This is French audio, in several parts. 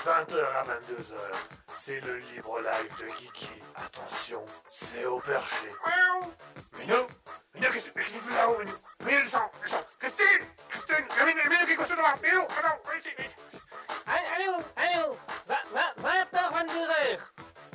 20h à 22h, c'est le libre live de Kiki. Attention, c'est au perché. Minou, qu'est-ce que tu fais là-haut, Minou? Minou, le sang. Christine, Minou, qui couche là? Minou, attends, ici. Allô, 20h, 22h.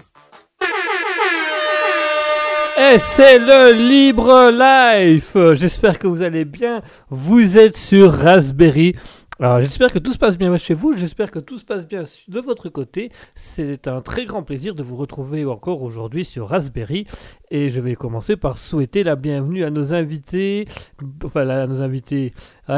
Et c'est le Libre Life. J'espère que vous allez bien. Vous êtes sur Raspberry. Alors, j'espère que tout se passe bien chez vous, j'espère que tout se passe bien de votre côté. C'est un très grand plaisir de vous retrouver encore aujourd'hui sur Raspberry. Et je vais commencer par souhaiter la bienvenue à nos invités. Enfin, nos invités,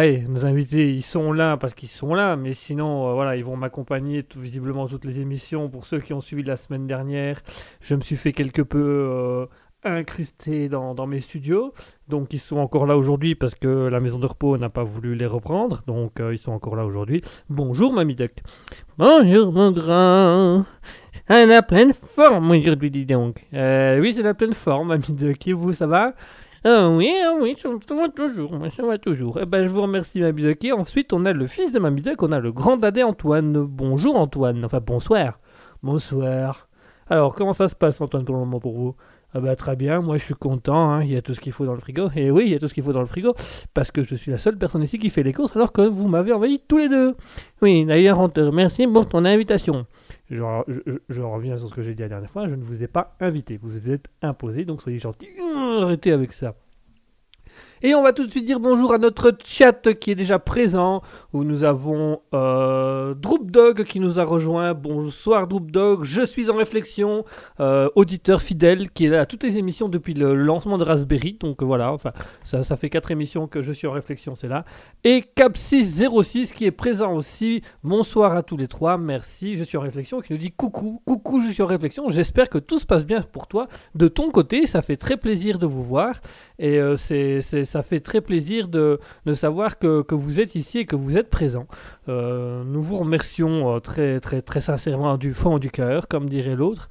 ils sont là parce qu'ils sont là. Mais sinon, voilà, ils vont m'accompagner visiblement toutes les émissions. Pour ceux qui ont suivi la semaine dernière, je me suis fait quelque peu... incrustés dans mes studios, donc ils sont encore là aujourd'hui parce que la maison de repos n'a pas voulu les reprendre, donc ils sont encore là aujourd'hui. Bonjour Mamie Duck. Bonjour mon grand. À la pleine forme aujourd'hui, dis donc. Oui, c'est la pleine forme Mamie Duck, et vous, ça va? Oui, ça va toujours, ça va toujours. Eh ben, je vous remercie Mamie Duck. Et ensuite on a le fils de Mamie Duck, on a le grand dadé Antoine. Bonjour Antoine, enfin bonsoir. Bonsoir. Alors comment ça se passe Antoine pour le moment pour vous? Ah bah très bien, moi je suis content, hein. Il y a tout ce qu'il faut dans le frigo. Et oui, il y a tout ce qu'il faut dans le frigo, parce que je suis la seule personne ici qui fait les courses, alors que vous m'avez envahi tous les deux. Oui, d'ailleurs, on te remercie pour ton invitation. Je reviens sur ce que j'ai dit la dernière fois, je ne vous ai pas invité, vous vous êtes imposé, donc soyez gentils, arrêtez avec ça. Et on va tout de suite dire bonjour à notre chat qui est déjà présent, où nous avons Droopdog qui nous a rejoint. Bonsoir Droopdog, je suis en réflexion, auditeur fidèle qui est là à toutes les émissions depuis le lancement de Raspberry. Donc voilà, enfin ça fait 4 émissions que je suis en réflexion, c'est là. Et Cap606 qui est présent aussi. Bonsoir à tous les trois, merci, je suis en réflexion, qui nous dit coucou, je suis en réflexion. J'espère que tout se passe bien pour toi de ton côté, ça fait très plaisir de vous voir. Et ça fait très plaisir de savoir que vous êtes ici et que vous êtes présent. Nous vous remercions très, très, très sincèrement du fond du cœur, comme dirait l'autre.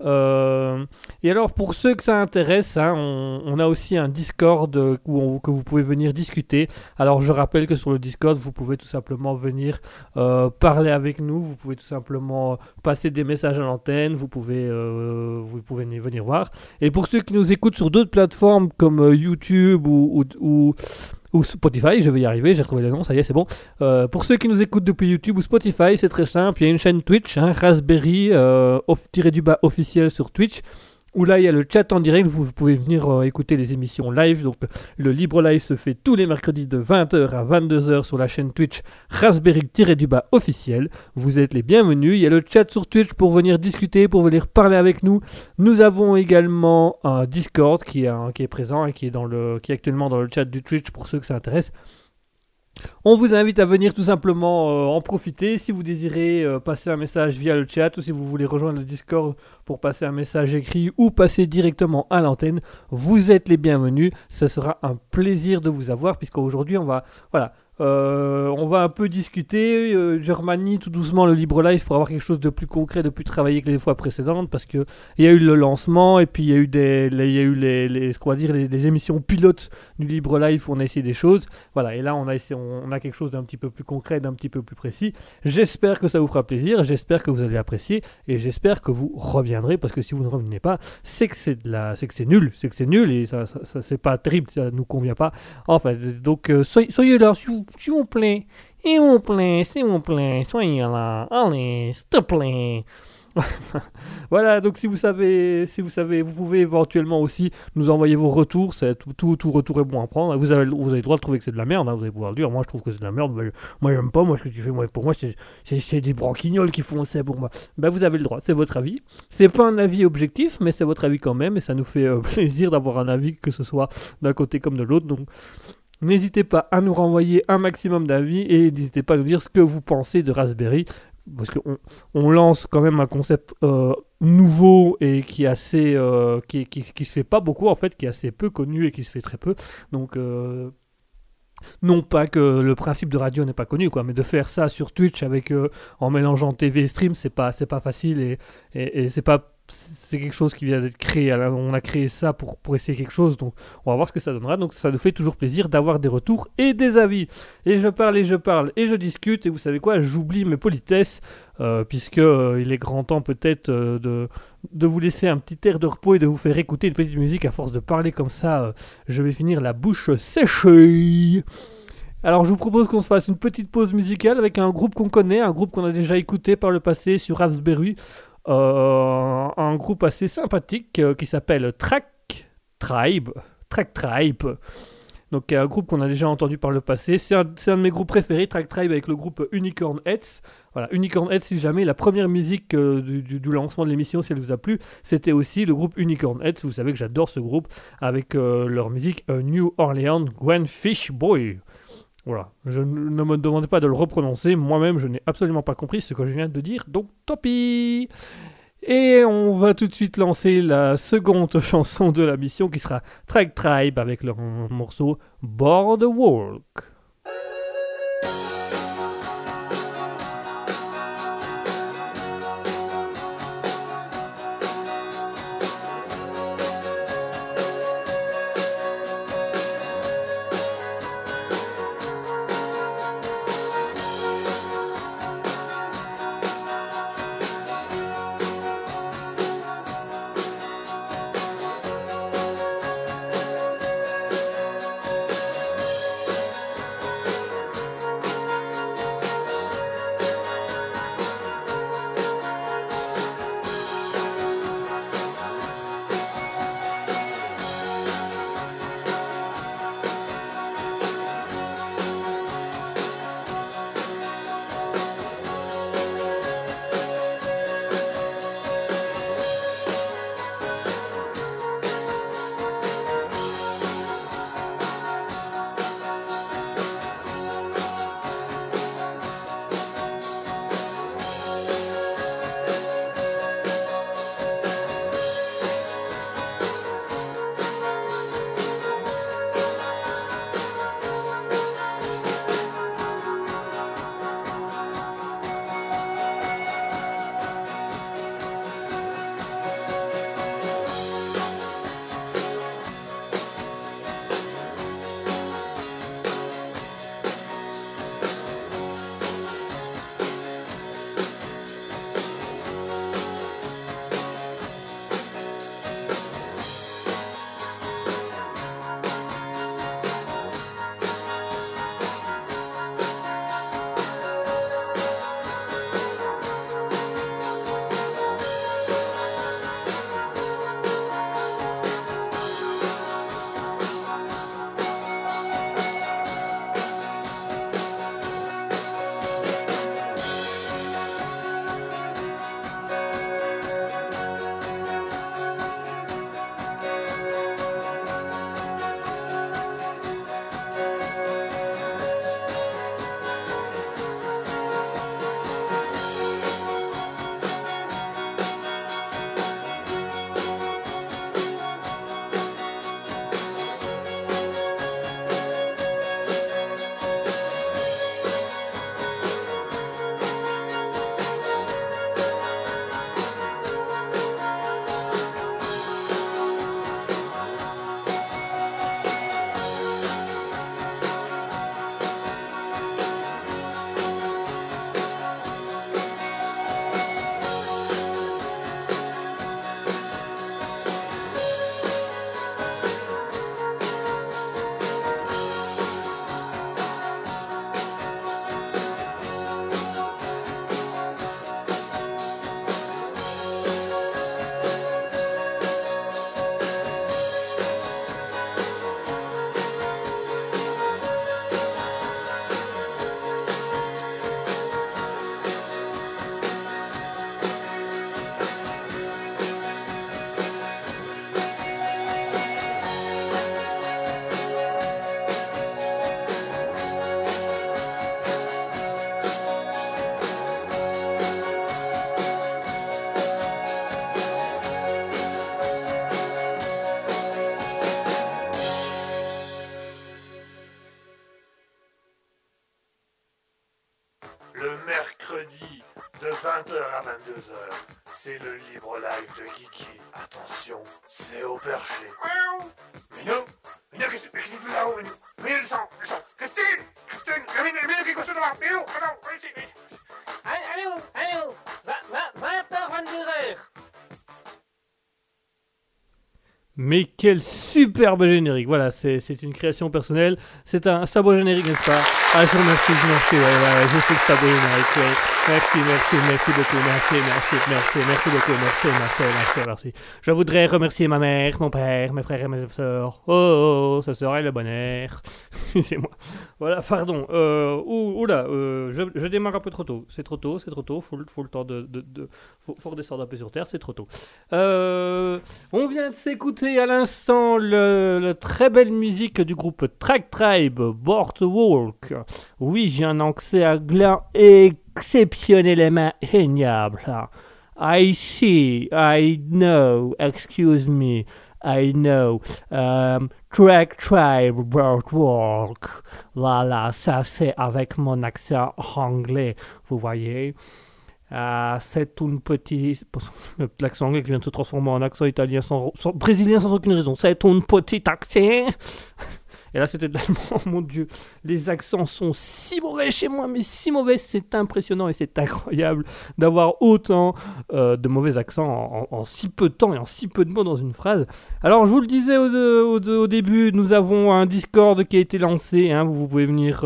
Et alors pour ceux que ça intéresse, hein, on a aussi un Discord que vous pouvez venir discuter. Alors je rappelle que sur le Discord vous pouvez tout simplement venir parler avec nous, vous pouvez tout simplement passer des messages à l'antenne, vous pouvez venir voir. Et pour ceux qui nous écoutent sur d'autres plateformes comme YouTube ou Spotify, je vais y arriver, j'ai retrouvé le nom, ça y est, c'est bon. Pour ceux qui nous écoutent depuis YouTube ou Spotify, c'est très simple, il y a une chaîne Twitch, hein, Raspberry, _du officiel sur Twitch, où là il y a le chat en direct, vous pouvez venir écouter les émissions live. Donc le Libre Live se fait tous les mercredis de 20h à 22h sur la chaîne Twitch Raspberry officiel. Vous êtes les bienvenus, il y a le chat sur Twitch pour venir discuter, pour venir parler avec nous. Nous avons également un Discord qui est présent et qui est actuellement dans le chat du Twitch pour ceux que ça intéresse. On vous invite à venir tout simplement en profiter si vous désirez passer un message via le chat, ou si vous voulez rejoindre le Discord pour passer un message écrit ou passer directement à l'antenne. Vous êtes les bienvenus, ce sera un plaisir de vous avoir, puisqu'aujourd'hui on va un peu discuter. Je remanie tout doucement le Libre Live pour avoir quelque chose de plus concret, de plus travaillé que les fois précédentes, parce que il y a eu le lancement et puis il y a eu les émissions pilotes du Libre Live où on a essayé des choses. Voilà, et là on a quelque chose d'un petit peu plus concret, d'un petit peu plus précis. J'espère que ça vous fera plaisir, j'espère que vous allez apprécier et j'espère que vous reviendrez, parce que si vous ne revenez pas, c'est que c'est nul et ça c'est pas terrible, ça nous convient pas. Enfin, donc soyez là s'il vous plaît, soyez là, allez, s'il te plaît. Voilà, donc si vous savez, vous pouvez éventuellement aussi nous envoyer vos retours. Tout retour est bon à prendre. Vous avez le droit de trouver que c'est de la merde, hein, vous allez pouvoir le dire. Moi je trouve que c'est de la merde, moi j'aime pas, moi ce que tu fais, pour moi c'est des branquignoles qui font ça pour moi. Vous avez le droit, c'est votre avis. C'est pas un avis objectif, mais c'est votre avis quand même, et ça nous fait plaisir d'avoir un avis, que ce soit d'un côté comme de l'autre. Donc n'hésitez pas à nous renvoyer un maximum d'avis et n'hésitez pas à nous dire ce que vous pensez de Raspberry, parce qu'on lance quand même un concept nouveau et qui est assez qui se fait pas beaucoup en fait, qui est assez peu connu et qui se fait très peu. Donc non pas que le principe de radio n'est pas connu, mais de faire ça sur Twitch en mélangeant TV et stream, c'est pas facile et c'est pas c'est quelque chose qui vient d'être créé. Alors, on a créé ça pour essayer quelque chose, donc on va voir ce que ça donnera. Donc ça nous fait toujours plaisir d'avoir des retours et des avis. Et je parle et je discute, et vous savez quoi, j'oublie mes politesses, puisque il est grand temps peut-être de vous laisser un petit air de repos et de vous faire écouter une petite musique. À force de parler comme ça, je vais finir la bouche séchée. Alors je vous propose qu'on se fasse une petite pause musicale avec un groupe qu'on connaît, un groupe qu'on a déjà écouté par le passé sur Raspberry, un groupe assez sympathique qui s'appelle Track Tribe. Donc un groupe qu'on a déjà entendu par le passé. C'est un de mes groupes préférés, Track Tribe, avec le groupe Unicorn Heads. Voilà, Unicorn Heads, si jamais la première musique du lancement de l'émission, si elle vous a plu, c'était aussi le groupe Unicorn Heads. Vous savez que j'adore ce groupe avec leur musique New Orleans Grand Fish Boy. Voilà, ne me demandez pas de le reprononcer, moi-même je n'ai absolument pas compris ce que je viens de dire, donc tant pis. Et on va tout de suite lancer la seconde chanson de la mission qui sera Track Tribe avec leur morceau Boardwalk. live de Kiki. Attention, c'est au perché. Minou, qu'est-ce que tu fais là-haut, Minou? Minou, le sang. Christine, Minou, qui construit devant? Minou, ici. Allô, 20h22h. Mais quel superbe générique. Voilà, c'est une création personnelle. C'est un beau générique, n'est-ce pas? Ah, je vous remercie. Ouais, je sais que c'est un beau générique. Ouais. Merci beaucoup. Merci. Je voudrais remercier ma mère, mon père, mes frères et mes sœurs. Oh, ça serait le bonheur. C'est moi. Voilà, pardon. Je démarre un peu trop tôt. C'est trop tôt. Faut le temps faut redescendre un peu sur terre. C'est trop tôt. On vient de s'écouter à l'instant la très belle musique du groupe Track Tribe, Boardwalk. Oui, j'ai un accès anglais exceptionnellement génial. I see, I know, excuse me, I know. Track Tribe, Boardwalk. Voilà, ça c'est avec mon accent anglais, vous voyez. C'est une petite... L'accent anglais qui vient de se transformer en accent italien brésilien sans aucune raison. C'est une petite accent. Et là, c'était tellement... Mon Dieu, les accents sont si mauvais chez moi, mais si mauvais, c'est impressionnant et c'est incroyable d'avoir autant de mauvais accents en si peu de temps et en si peu de mots dans une phrase. Alors, je vous le disais au début, nous avons un Discord qui a été lancé. Hein, vous pouvez venir...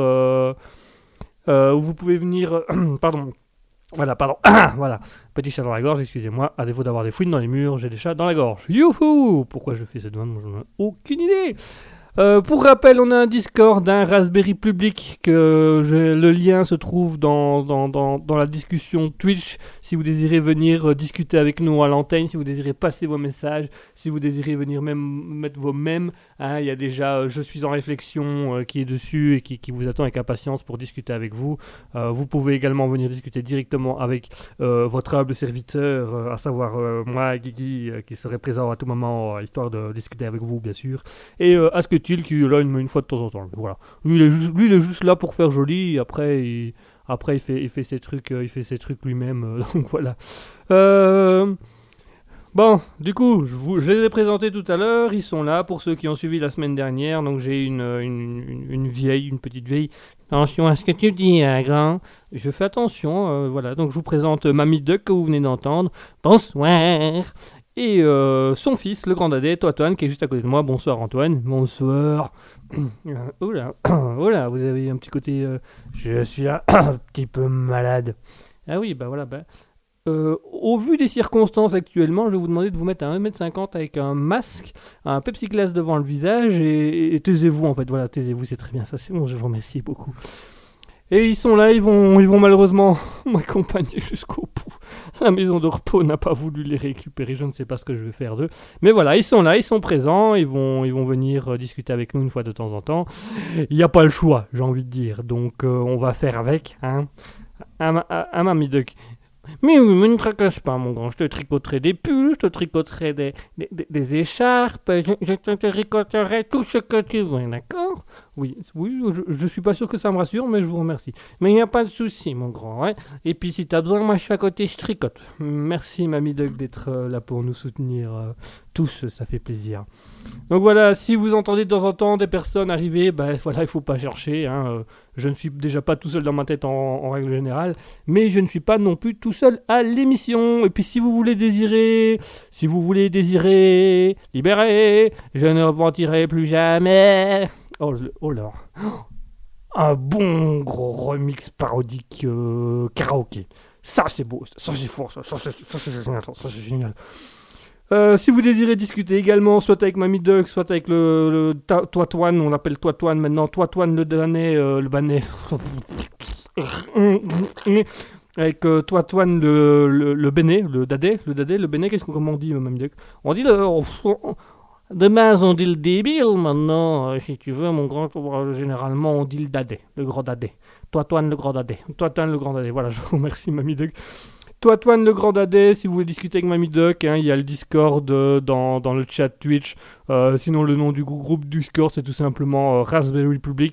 pardon. Voilà, voilà. Petit chat dans la gorge, excusez-moi. À défaut d'avoir des fouines dans les murs, j'ai des chats dans la gorge. Youhou! Pourquoi je fais cette vanne? Moi, je n'en ai aucune idée. Pour rappel, on a un Discord, un Raspberry public, le lien se trouve dans la discussion Twitch, si vous désirez venir discuter avec nous à l'antenne, si vous désirez passer vos messages, si vous désirez venir même mettre vos mèmes, hein, il y a déjà Je suis en réflexion qui est dessus et qui vous attend avec impatience pour discuter avec vous. Vous pouvez également venir discuter directement avec votre humble serviteur, à savoir moi, Guigui, qui serait présent à tout moment, histoire de discuter avec vous, bien sûr, et Asketil qui est là une fois de temps en temps. Voilà. Lui, il est juste là pour faire joli. Après, il fait ses trucs lui-même. Donc voilà. Bon, du coup, je les ai présentés tout à l'heure. Ils sont là pour ceux qui ont suivi la semaine dernière. Donc j'ai une petite vieille. Attention à ce que tu dis, hein, grand. Je fais attention. Voilà. Donc je vous présente Mamie Duck que vous venez d'entendre. Bonsoir. Et son fils, le grand dadais, Antoine, qui est juste à côté de moi. Bonsoir Antoine. Bonsoir. Oula, vous avez un petit côté... je suis un petit peu malade. Ah oui, bah voilà. Au vu des circonstances actuellement, je vais vous demander de vous mettre à 1m50 avec un masque, un Pepsi Glace devant le visage et taisez-vous en fait. Voilà, taisez-vous, c'est très bien. Ça, c'est bon, je vous remercie beaucoup. Et ils sont là, ils vont malheureusement m'accompagner jusqu'au bout. La maison de repos n'a pas voulu les récupérer, je ne sais pas ce que je vais faire d'eux. Mais voilà, ils sont là, ils sont présents, ils vont venir discuter avec nous une fois de temps en temps. Il n'y a pas le choix, j'ai envie de dire. Donc on va faire avec, hein. Un Mamie Duck. Mais oui, mais ne tracasse pas, mon grand. Je te tricoterai des pulls, je te tricoterai des écharpes, je te tricoterai tout ce que tu veux, d'accord? Oui, je suis pas sûr que ça me rassure, mais je vous remercie. Mais il n'y a pas de souci, mon grand. Hein. Et puis, si tu as besoin, moi, je suis à côté, je tricote. Merci, Mamie Duck, d'être là pour nous soutenir tous, ça fait plaisir. Donc voilà, si vous entendez de temps en temps des personnes arriver, voilà, il faut pas chercher. Hein, je ne suis déjà pas tout seul dans ma tête en règle générale, mais je ne suis pas non plus tout seul à l'émission. Et puis si vous voulez désirer, libérer, je ne mentirai plus jamais. Oh là, un bon gros remix parodique karaoké. Ça c'est beau, ça c'est fort, ça c'est génial. Si vous désirez discuter également, soit avec Mamie Duck, soit avec le Toitoine, on l'appelle Toitoine maintenant, Toitoine le Danet, le Banet. Avec Toitoine le Bénet, le Dadé, le Bénet, comment on dit, Mamie Duck? On dit de base, on dit le débile, maintenant, si tu veux, mon grand, généralement, on dit le Dadé, le grand Dadé. Toitoine le grand Dadé, voilà, je vous remercie, Mamie Duck. Antoine le grand dadais, si vous voulez discuter avec Mamie Duck, hein, il y a le Discord dans le chat Twitch. Sinon, le nom du groupe Discord, c'est tout simplement Raspberry Public.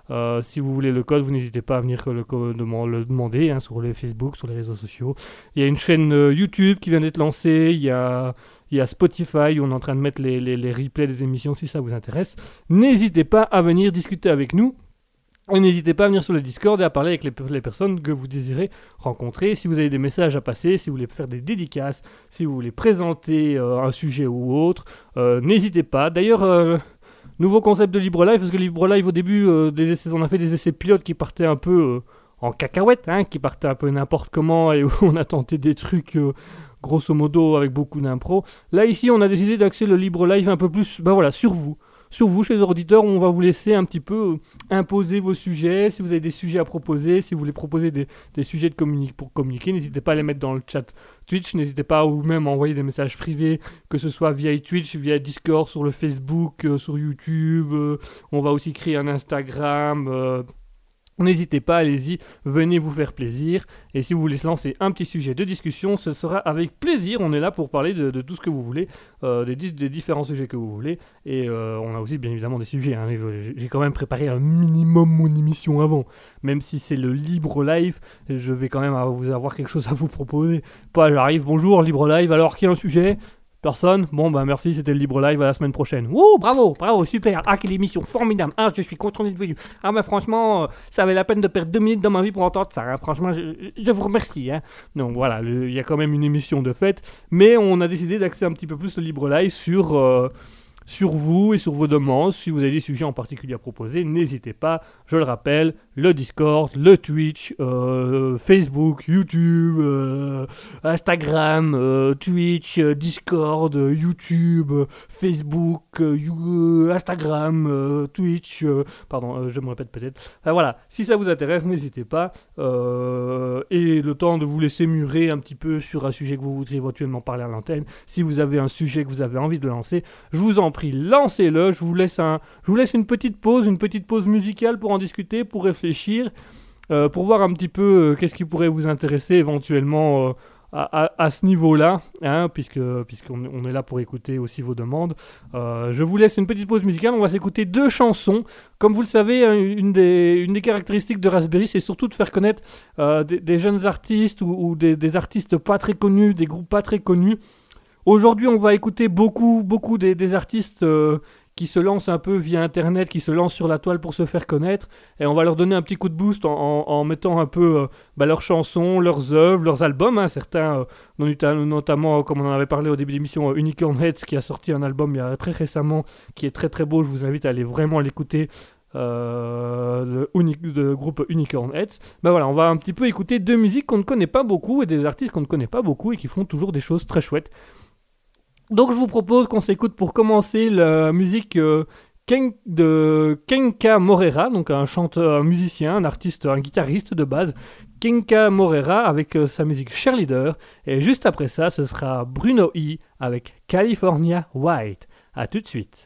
Si vous voulez le code, vous n'hésitez pas à venir le demander hein, sur les Facebook, sur les réseaux sociaux. Il y a une chaîne YouTube qui vient d'être lancée. Il y a Spotify où on est en train de mettre les replays des émissions si ça vous intéresse. N'hésitez pas à venir discuter avec nous. Et n'hésitez pas à venir sur le Discord et à parler avec les personnes que vous désirez rencontrer. Si vous avez des messages à passer, si vous voulez faire des dédicaces, si vous voulez présenter un sujet ou autre, n'hésitez pas. D'ailleurs, nouveau concept de Libre Live, parce que Libre Live au début, on a fait des essais pilotes qui partaient un peu en cacahuète, hein, qui partaient un peu n'importe comment et où on a tenté des trucs grosso modo avec beaucoup d'impro. Là ici, on a décidé d'axer le Libre Live un peu plus sur vous. Sur vous, chez les auditeurs, on va vous laisser un petit peu imposer vos sujets. Si vous avez des sujets à proposer, si vous voulez proposer des sujets pour communiquer, n'hésitez pas à les mettre dans le chat Twitch. N'hésitez pas ou même à envoyer des messages privés, que ce soit via Twitch, via Discord, sur le Facebook, sur YouTube. On va aussi créer un Instagram. N'hésitez pas, allez-y, venez vous faire plaisir. Et si vous voulez se lancer un petit sujet de discussion, ce sera avec plaisir. On est là pour parler de tout ce que vous voulez, des différents sujets que vous voulez. Et on a aussi bien évidemment des sujets. Hein. J'ai quand même préparé un minimum mon émission avant. Même si c'est le Libre Live, je vais quand même avoir quelque chose à vous proposer. Pas j'arrive, bonjour, Libre Live, alors qui a un sujet ? Personne ? Bon, merci, c'était le Libre Live, à la semaine prochaine. Wouh, bravo, super. Ah, quelle émission formidable. Ah, je suis content d'être venu. Ah, franchement, ça avait la peine de perdre 2 minutes dans ma vie pour entendre ça. Hein. Franchement, je vous remercie. Hein. Donc voilà, il y a quand même une émission de fête. Mais on a décidé d'axer un petit peu plus le Libre Live sur vous et sur vos demandes. Si vous avez des sujets en particulier à proposer, n'hésitez pas. Je le rappelle, le Discord, le Twitch, Facebook, YouTube, Instagram, Twitch, Discord, YouTube, Facebook, Instagram, Twitch, je me répète peut-être. Voilà, si ça vous intéresse, n'hésitez pas. Et le temps de vous laisser murer un petit peu sur un sujet que vous voudriez éventuellement parler à l'antenne. Si vous avez un sujet que vous avez envie de lancer, je vous en prie, lancez-le. Je vous laisse une petite pause musicale pour en discuter, pour réfléchir, pour voir un petit peu qu'est-ce qui pourrait vous intéresser éventuellement à ce niveau-là, hein, puisqu'on est là pour écouter aussi vos demandes. Je vous laisse une petite pause musicale. On va s'écouter 2 chansons. Comme vous le savez, une des caractéristiques de Raspberry, c'est surtout de faire connaître des jeunes artistes ou des artistes pas très connus, des groupes pas très connus. Aujourd'hui, on va écouter beaucoup des artistes qui se lancent un peu via Internet, qui se lancent sur la toile pour se faire connaître. Et on va leur donner un petit coup de boost en mettant un peu leurs chansons, leurs œuvres, leurs albums. Hein, certains, notamment, comme on en avait parlé au début de l'émission, Unicorn Heads, qui a sorti un album il y a très récemment, qui est très très beau. Je vous invite à aller vraiment l'écouter. Le groupe Unicorn Heads. Voilà, on va un petit peu écouter 2 musiques qu'on ne connaît pas beaucoup et des artistes qu'on ne connaît pas beaucoup et qui font toujours des choses très chouettes. Donc je vous propose qu'on s'écoute pour commencer la musique de Kenka Morera, donc un chanteur, un musicien, un artiste, un guitariste de base, Kenka Morera avec sa musique Cheerleader. Et juste après ça, ce sera Bruno E avec California White. A tout de suite.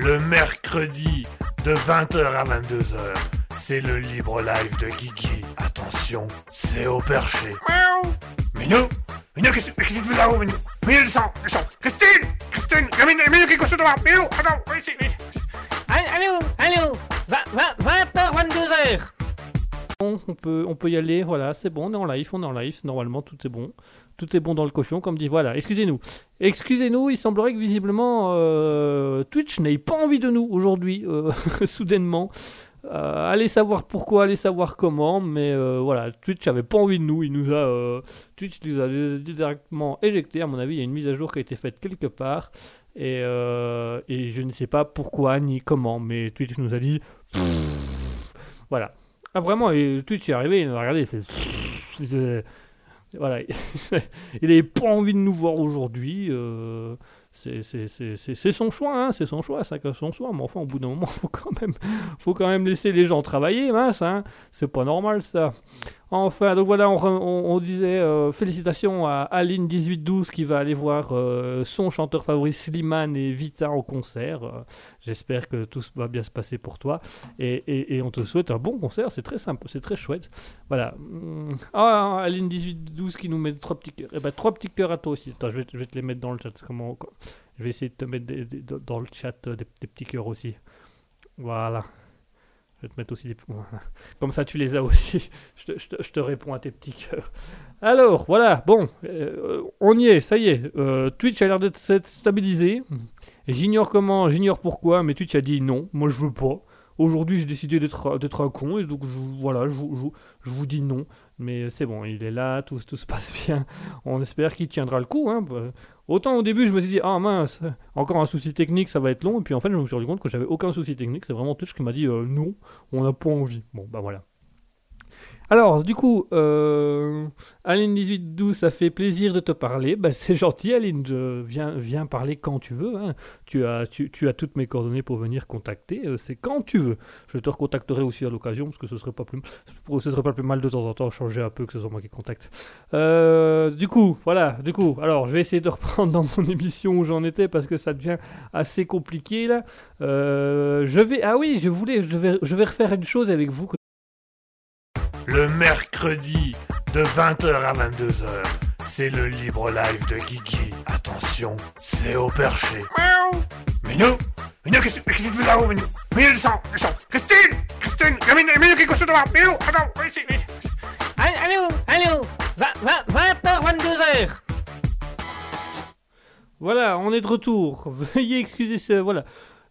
Le mercredi, de 20h à 22h, c'est le libre live de Guigui. Attention, c'est au perché. Miaou. Minou, qu'est-ce que tu fais là-haut, Minou? Minou, descends. Christine, Minou, qui est couché devant. Minou, attends, viens ici. Allô 20h, 22h. Bon, on peut y aller, voilà, c'est bon, on est en live, normalement tout est bon. Tout est bon dans le cochon, comme dit, voilà, excusez-nous, il semblerait que visiblement Twitch n'ait pas envie de nous aujourd'hui, soudainement. Allez savoir pourquoi, allez savoir comment, mais voilà, Twitch avait pas envie de nous, Twitch nous a directement éjectés, à mon avis, il y a une mise à jour qui a été faite quelque part, et je ne sais pas pourquoi ni comment, mais Twitch nous a dit, voilà. Ah vraiment, et Twitch est arrivé, il nous a regardé, il fait... Voilà, il n'avait pas envie de nous voir aujourd'hui. C'est son choix, hein, c'est son choix, chacun son choix. Mais enfin, au bout d'un moment, faut quand même laisser les gens travailler, mince, hein. C'est pas normal ça. Enfin, donc voilà, on disait félicitations à Aline1812 qui va aller voir son chanteur favori Slimane et Vita en concert. J'espère que tout va bien se passer pour toi. Et on te souhaite un bon concert, c'est très simple, c'est très chouette. Voilà. Ah, Aline1812 qui nous met 3 petits cœurs. Eh ben, 3 petits cœurs à toi aussi. Attends, je vais te les mettre dans le chat. Je vais essayer de te mettre dans le chat des petits cœurs aussi. Voilà. Je vais te mettre aussi des... Voilà. Comme ça, tu les as aussi. Je te réponds à tes petits cœurs. Alors, voilà. Bon, on y est. Ça y est. Twitch a l'air d'être stabilisé. J'ignore comment, j'ignore pourquoi, mais Twitch a dit non. Moi, je veux pas. Aujourd'hui, j'ai décidé d'être un con. Et donc, je vous dis non. Mais c'est bon, il est là. Tout se passe bien. On espère qu'il tiendra le coup. Hein. Autant au début, je me suis dit, ah mince, encore un souci technique, ça va être long. Et puis en fait, je me suis rendu compte que j'avais aucun souci technique. C'est vraiment Twitch qui m'a dit, non, on n'a pas envie. Bon, bah voilà. Alors, du coup, Aline1812, ça fait plaisir de te parler. Bah, c'est gentil, Aline. Viens parler quand tu veux. Hein. Tu as toutes mes coordonnées pour venir contacter. C'est quand tu veux. Je te recontacterai aussi à l'occasion, parce que ce serait pas plus mal de temps en temps changer un peu, que ce soit moi qui contacte. Du coup, alors, je vais essayer de reprendre dans mon émission où j'en étais, parce que ça devient assez compliqué, là. Je vais refaire une chose avec vous. Le mercredi, de 20h à 22h, c'est le libre live de Guigui. Attention, c'est au perché. Miaou. Minou, qu'est-ce que tu fais là-haut, Minou? Minou, descends. Christine, Minou qui est couché devant. Minou, attends, viens ici. Allô 20h, 22h. Voilà, on est de retour. Veuillez excuser ce... Voilà.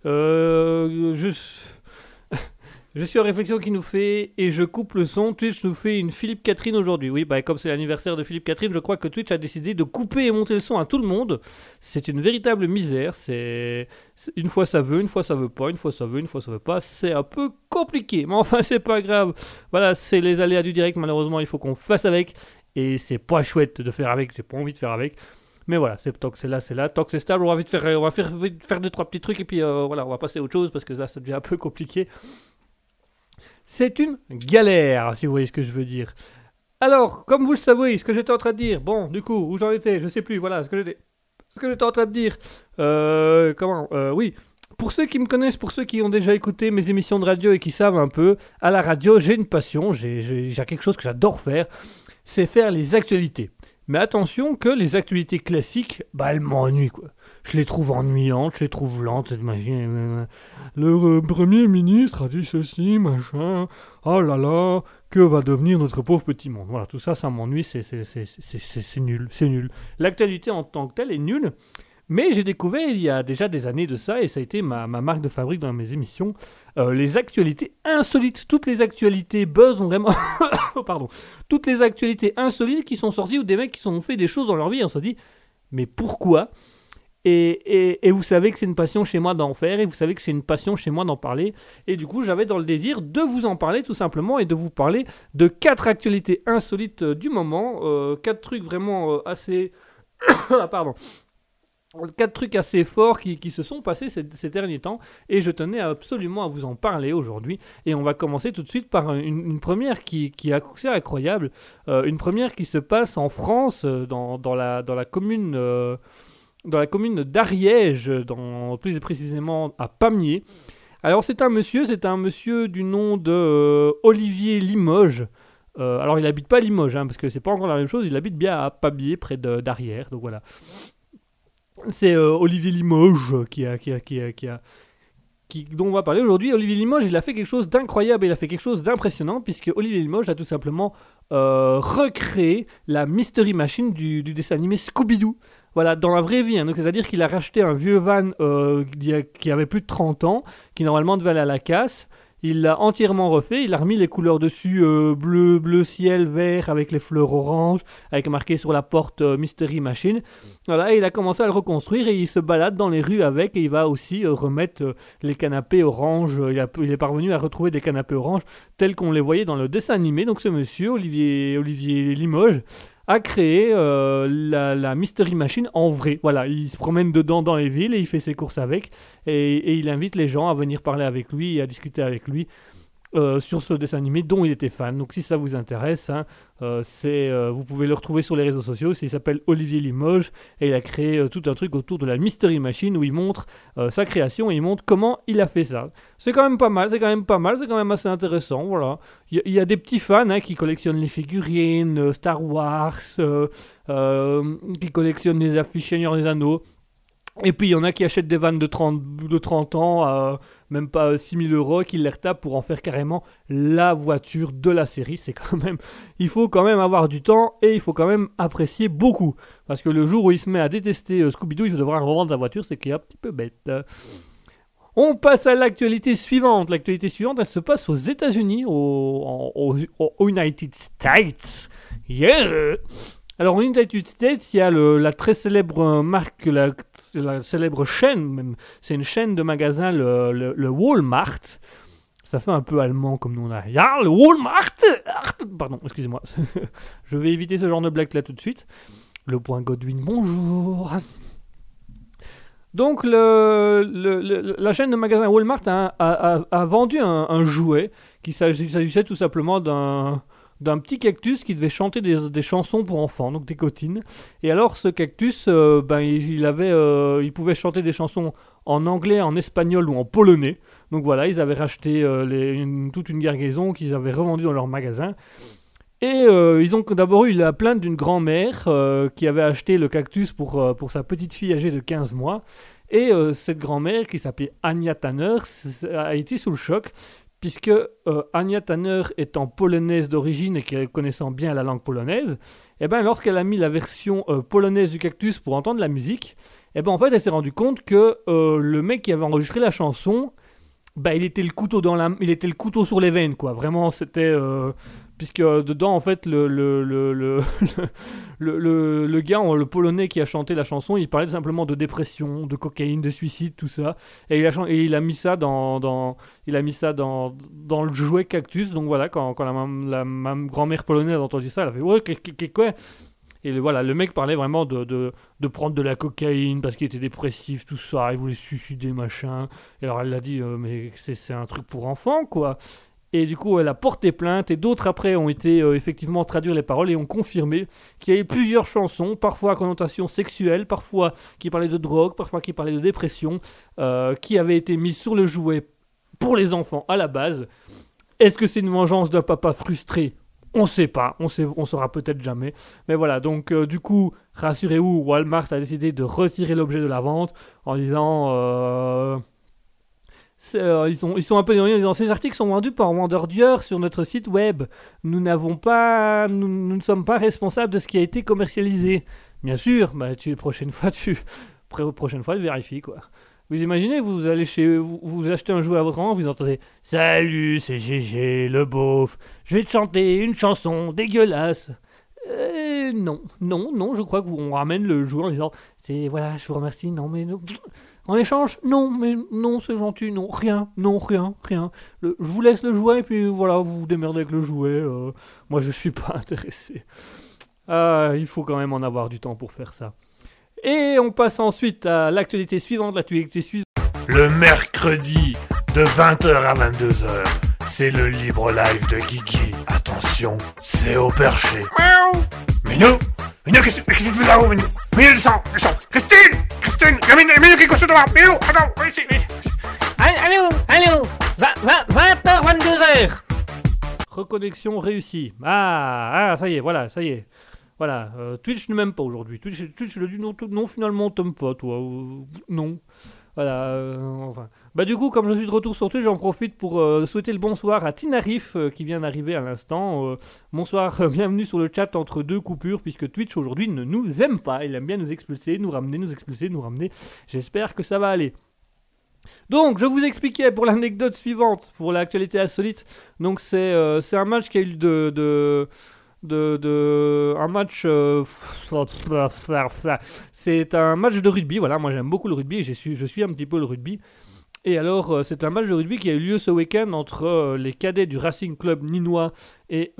Je suis en réflexion qui nous fait, et je coupe le son, Twitch nous fait une Philippe Catherine aujourd'hui. Oui, bah comme c'est l'anniversaire de Philippe Catherine, je crois que Twitch a décidé de couper et monter le son à tout le monde. C'est une véritable misère, c'est une fois ça veut, une fois ça veut pas, une fois ça veut, une fois ça veut pas, c'est un peu compliqué. Mais enfin, c'est pas grave. Voilà, c'est les aléas du direct, malheureusement, il faut qu'on fasse avec, et c'est pas chouette de faire avec, j'ai pas envie de faire avec. Mais voilà, tant que c'est là, tant que c'est stable, on va vite faire 2-3 petits trucs, et puis voilà, on va passer à autre chose, parce que là, ça devient un peu compliqué. C'est une galère, si vous voyez ce que je veux dire. Alors, comme vous le savez, ce que j'étais en train de dire, bon, du coup, où j'en étais, je sais plus, voilà, ce que j'étais en train de dire, oui, pour ceux qui me connaissent, pour ceux qui ont déjà écouté mes émissions de radio et qui savent un peu, à la radio, j'ai une passion, j'ai quelque chose que j'adore faire, c'est faire les actualités. Mais attention que les actualités classiques, bah elles m'ennuient quoi. Je les trouve ennuyantes, je les trouve lentes. Le Premier ministre a dit ceci, machin. Oh là là, que va devenir notre pauvre petit monde. Voilà, tout ça, ça m'ennuie, c'est nul, c'est nul. L'actualité en tant que telle est nulle. Mais j'ai découvert il y a déjà des années de ça, et ça a été ma marque de fabrique dans mes émissions, les actualités insolites. Toutes les actualités buzz ont vraiment... Pardon. Toutes les actualités insolites qui sont sorties, ou des mecs qui ont fait des choses dans leur vie, et on se dit, mais pourquoi ? Et vous savez que c'est une passion chez moi d'en faire, et vous savez que c'est une passion chez moi d'en parler. Et du coup, j'avais dans le désir de vous en parler tout simplement, et de vous parler de 4 actualités insolites du moment. 4 trucs vraiment assez... Pardon. 4 trucs assez forts qui se sont passés ces derniers temps, et je tenais absolument à vous en parler aujourd'hui. Et on va commencer tout de suite par une première qui est assez incroyable, une première qui se passe en France, dans la commune dans la commune d'Ariège, plus précisément à Pamiers. Alors c'est un monsieur du nom de Olivier Limoges. Alors il habite pas à Limoges, parce que c'est pas encore la même chose, il habite bien à Pamiers, près d'Ariège, donc voilà. C'est Olivier Limoges dont on va parler aujourd'hui. Olivier Limoges, il a fait quelque chose d'incroyable, il a fait quelque chose d'impressionnant, puisque Olivier Limoges a tout simplement recréé la Mystery Machine du dessin animé Scooby-Doo. Voilà, dans la vraie vie. Donc, c'est-à-dire qu'il a racheté un vieux van qui avait plus de 30 ans, qui normalement devait aller à la casse. Il l'a entièrement refait, il a remis les couleurs dessus, bleu ciel, vert, avec les fleurs oranges, avec marqué sur la porte Mystery Machine. Voilà, et il a commencé à le reconstruire et il se balade dans les rues avec, et il va aussi remettre les canapés oranges. Il est parvenu à retrouver des canapés oranges tels qu'on les voyait dans le dessin animé. Donc ce monsieur, Olivier Limoges, a créé la Mystery Machine en vrai. Voilà, il se promène dedans dans les villes et il fait ses courses avec. Et il invite les gens à venir parler avec lui et à discuter avec lui sur ce dessin animé dont il était fan. Donc si ça vous intéresse, vous pouvez le retrouver sur les réseaux sociaux. Il s'appelle Olivier Limoges et il a créé tout un truc autour de la Mystery Machine où il montre sa création et il montre comment il a fait ça. C'est quand même pas mal, c'est quand même assez intéressant. Voilà. Il y a des petits fans qui collectionnent les figurines, Star Wars, qui collectionnent les affiches Seigneur des Anneaux. Et puis il y en a qui achètent des vannes de 30 ans, même pas 6 000 €, qui les retapent pour en faire carrément la voiture de la série. Il faut quand même avoir du temps et il faut quand même apprécier beaucoup. Parce que le jour où il se met à détester Scooby-Doo, il va devoir revendre la voiture, c'est qu'il est un petit peu bête. On passe à l'actualité suivante. L'actualité suivante, elle se passe aux États-Unis, aux United States. Yeah! Alors, aux United States, il y a la très célèbre marque, la célèbre chaîne, même. C'est une chaîne de magasins, le Walmart. Ça fait un peu allemand comme nom là. Ja, le Walmart! Pardon, excusez-moi. Je vais éviter ce genre de blague là tout de suite. Le point Godwin, bonjour. Donc, la chaîne de magasins Walmart a vendu un jouet qui s'agissait tout simplement d'un petit cactus qui devait chanter des chansons pour enfants, donc des comptines. Et alors ce cactus, il pouvait chanter des chansons en anglais, en espagnol ou en polonais. Donc voilà, ils avaient racheté toute une cargaison qu'ils avaient revendue dans leur magasin. Et ils ont d'abord eu la plainte d'une grand-mère qui avait acheté le cactus pour sa petite fille âgée de 15 mois. Et cette grand-mère, qui s'appelait Anya Tanner, a été sous le choc, puisque Anya Tanner étant polonaise d'origine et connaissant bien la langue polonaise, lorsqu'elle a mis la version polonaise du cactus pour entendre la musique, en fait elle s'est rendue compte que le mec qui avait enregistré la chanson, il était le couteau sur les veines, quoi. Vraiment, c'était puisque dedans en fait le gars, le polonais qui a chanté la chanson, il parlait simplement de dépression, de cocaïne, de suicide, tout ça, et il a mis ça dans le jouet cactus. Donc voilà, quand ma grand-mère polonaise a entendu ça, elle a fait ouais, quoi. Et voilà, le mec parlait vraiment de prendre de la cocaïne parce qu'il était dépressif, tout ça, il voulait se suicider, machin. Et alors elle a dit mais c'est un truc pour enfants, quoi. Et du coup, elle a porté plainte, et d'autres après ont été effectivement traduire les paroles et ont confirmé qu'il y avait plusieurs chansons, parfois à connotation sexuelle, parfois qui parlaient de drogue, parfois qui parlaient de dépression, qui avaient été mises sur le jouet pour les enfants à la base. Est-ce que c'est une vengeance d'un papa frustré ? On ne sait pas, on saura peut-être jamais. Mais voilà, donc du coup, rassurez-vous, Walmart a décidé de retirer l'objet de la vente en disant... ils sont un peu en disant ces articles sont vendus par Wonderdier sur notre site web. Nous ne sommes pas responsables de ce qui a été commercialisé. Bien sûr, prochaine fois tu vérifies, quoi. Vous imaginez, vous allez vous achetez un jouet à votre maman, vous entendez « Salut, c'est Gégé, le beauf, je vais te chanter une chanson dégueulasse. » Non, je crois qu'on ramène le jouet en disant « Voilà, je vous remercie, non mais... non. En échange, non, c'est gentil, non, rien. Je vous laisse le jouet et puis voilà, vous vous démerdez avec le jouet. Moi, je suis pas intéressé. Il faut quand même en avoir du temps pour faire ça. Et on passe ensuite à l'actualité suivante. Le mercredi, de 20h à 22h, c'est le libre live de Guigui. Attention, c'est au perché. Minou, qu'est-ce que tu fais là-haut, Minou? Minou, descends, Christine! Christine, Minou qui couche sur toi. Minou, attends, ici. Allô 20h, 22h. Reconnexion réussie. Ah, ça y est, voilà, ça y est. Voilà, Twitch ne m'aime pas aujourd'hui. Twitch le dit non, finalement, t'aimes pas, toi. Non. Voilà, enfin. Bah du coup, comme je suis de retour sur Twitch, j'en profite pour souhaiter le bonsoir à Tinarif qui vient d'arriver à l'instant. Bonsoir, bienvenue sur le chat entre deux coupures, puisque Twitch aujourd'hui ne nous aime pas. Il aime bien nous expulser, nous ramener, nous expulser, nous ramener. J'espère que ça va aller. Donc, je vous expliquais pour l'anecdote suivante, pour l'actualité insolite. Donc, c'est un match qui a eu un match. C'est un match de rugby. Voilà, moi j'aime beaucoup le rugby. Je suis un petit peu le rugby. Et alors, c'est un match de rugby qui a eu lieu ce week-end entre les cadets du Racing Club ninois et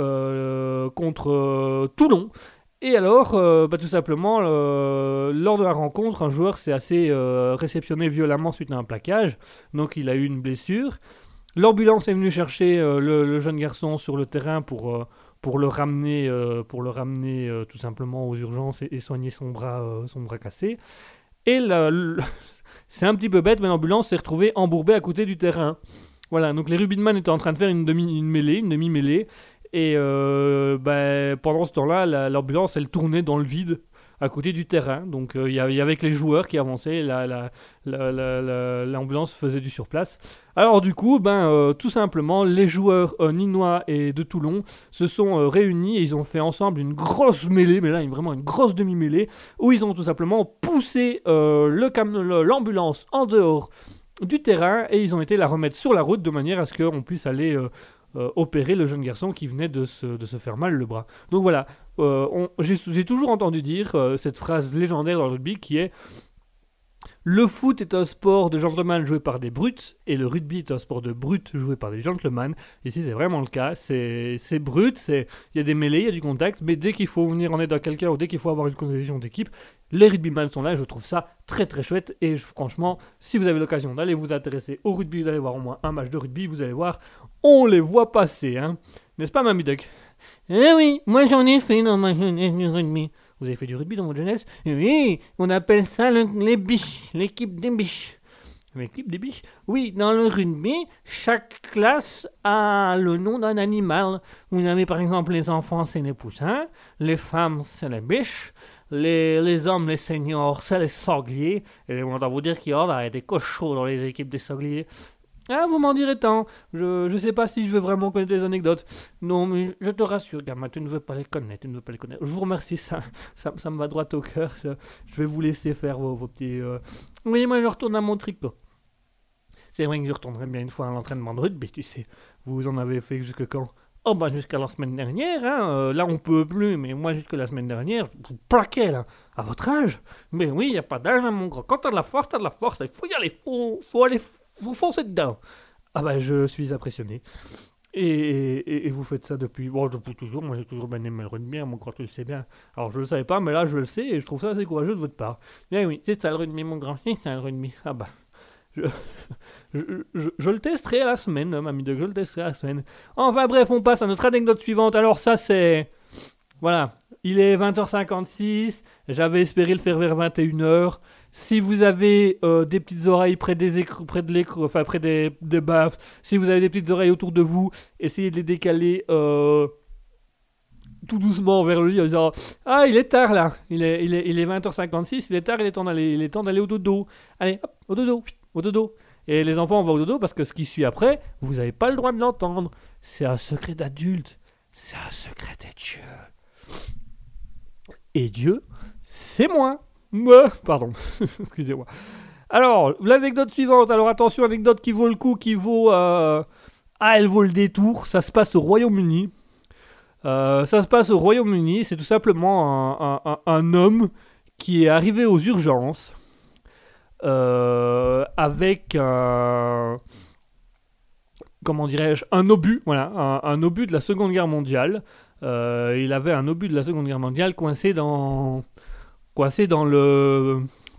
contre Toulon. Et alors, tout simplement, lors de la rencontre, un joueur s'est assez réceptionné violemment suite à un plaquage. Donc, il a eu une blessure. L'ambulance est venue chercher le jeune garçon sur le terrain pour le ramener, tout simplement aux urgences et soigner son bras cassé. Et c'est un petit peu bête, mais l'ambulance s'est retrouvée embourbée à côté du terrain. Voilà, donc les rugbymen étaient en train de faire une demi-mêlée. Et pendant ce temps-là, l'ambulance, elle tournait dans le vide à côté du terrain. Donc il y avait que les joueurs qui avançaient, l'ambulance faisait du surplace. Alors du coup, tout simplement, les joueurs ninois et de Toulon se sont réunis et ils ont fait ensemble une grosse mêlée, mais là vraiment une grosse demi-mêlée, où ils ont tout simplement poussé l'ambulance en dehors du terrain et ils ont été la remettre sur la route de manière à ce qu'on puisse aller opérer le jeune garçon qui venait de se faire mal le bras. Donc voilà, j'ai toujours entendu dire cette phrase légendaire dans le rugby qui est: le foot est un sport de gentlemen joué par des brutes et le rugby est un sport de brutes joué par des gentlemen. Ici c'est vraiment le cas, c'est brut, il y a des mêlées, il y a du contact, mais dès qu'il faut venir en aide à quelqu'un ou dès qu'il faut avoir une constitution d'équipe, les rugbymen sont là et je trouve ça très très chouette. Et franchement, si vous avez l'occasion d'aller vous intéresser au rugby, d'aller voir au moins un match de rugby, vous allez voir, on les voit passer, hein. N'est-ce pas, Mamie Duck? Eh oui, moi j'en ai fait dans ma jeunesse du rugby. Vous avez fait du rugby dans votre jeunesse? Oui, on appelle ça les biches, l'équipe des biches. L'équipe des biches? Oui, dans le rugby, chaque classe a le nom d'un animal. Vous avez par exemple les enfants, c'est les poussins, les femmes, c'est les biches, les hommes, les seniors, c'est les sangliers. Et on doit vous dire qu'il y a des cochons dans les équipes des sangliers. Ah, vous m'en direz tant. Je sais pas si je veux vraiment connaître les anecdotes. Non, mais je te rassure, gamin, tu ne veux pas les connaître, Je vous remercie, ça me va droit au cœur. Je vais vous laisser faire vos petits... Oui, moi je retourne à mon tricot. C'est vrai que je retournerai bien une fois à l'entraînement de rugby, tu sais. Vous en avez fait jusque quand? Oh jusqu'à la semaine dernière, hein. Là on peut plus, mais moi jusqu'à la semaine dernière, je vous plaquais là. À votre âge? Mais oui, y a pas d'âge, hein, mon gros. Quand t'as de la force, il faut y aller, faut aller... Vous foncez dedans. Ah je suis impressionné. Et vous faites ça depuis toujours. Moi j'ai toujours bien aimé le rugby, mon grand, tu le sais bien. Alors je le savais pas, mais là je le sais et je trouve ça assez courageux de votre part. Bien oui, c'est ça le rugby, mon grand, c'est ça le rugby. Je le testerai à la semaine, Mamie Duck, je le testerai à la semaine. Enfin bref, on passe à notre anecdote suivante. Alors ça c'est... Voilà, il est 20h56, j'avais espéré le faire vers 21h. Si vous avez des petites oreilles près des baffes, si vous avez des petites oreilles autour de vous, essayez de les décaler tout doucement vers le lit en disant: ah, il est tard là, il est 20h56, il est tard, il est temps d'aller au dodo. Allez, hop, au dodo. Et les enfants, on va au dodo parce que ce qui suit après, vous n'avez pas le droit de l'entendre. C'est un secret d'adulte, c'est un secret des dieux. Et Dieu, c'est moi. Pardon, excusez-moi. Alors, l'anecdote suivante. Alors attention, anecdote qui vaut le coup, elle vaut le détour. Ça se passe au Royaume-Uni. C'est tout simplement un homme qui est arrivé aux urgences avec un obus. Voilà, un obus de la Seconde Guerre mondiale. Il avait un obus de la Seconde Guerre mondiale coincé dans le...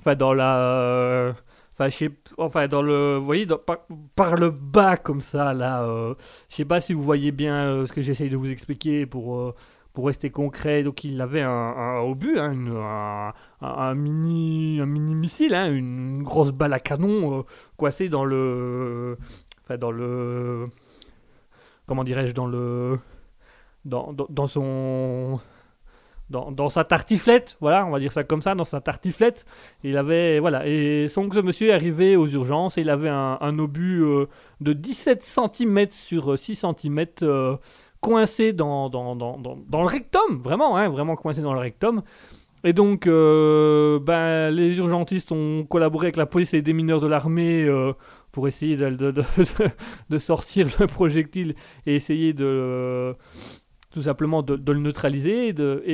vous voyez, par le bas comme ça, là. Je sais pas si vous voyez bien ce que j'essaye de vous expliquer pour rester concret. Donc il avait un obus, hein, un mini missile, hein, une grosse balle à canon coincée dans le... Enfin, dans le... Comment dirais-je, dans le... Dans son... Dans sa tartiflette, voilà, on va dire ça comme ça, dans sa tartiflette, il avait, voilà, et ce monsieur est arrivé aux urgences et il avait un obus de 17 cm sur 6 cm coincé dans le rectum, vraiment, hein, vraiment coincé dans le rectum. Et donc, les urgentistes ont collaboré avec la police et les démineurs de l'armée pour essayer de sortir le projectile et essayer tout simplement de le neutraliser.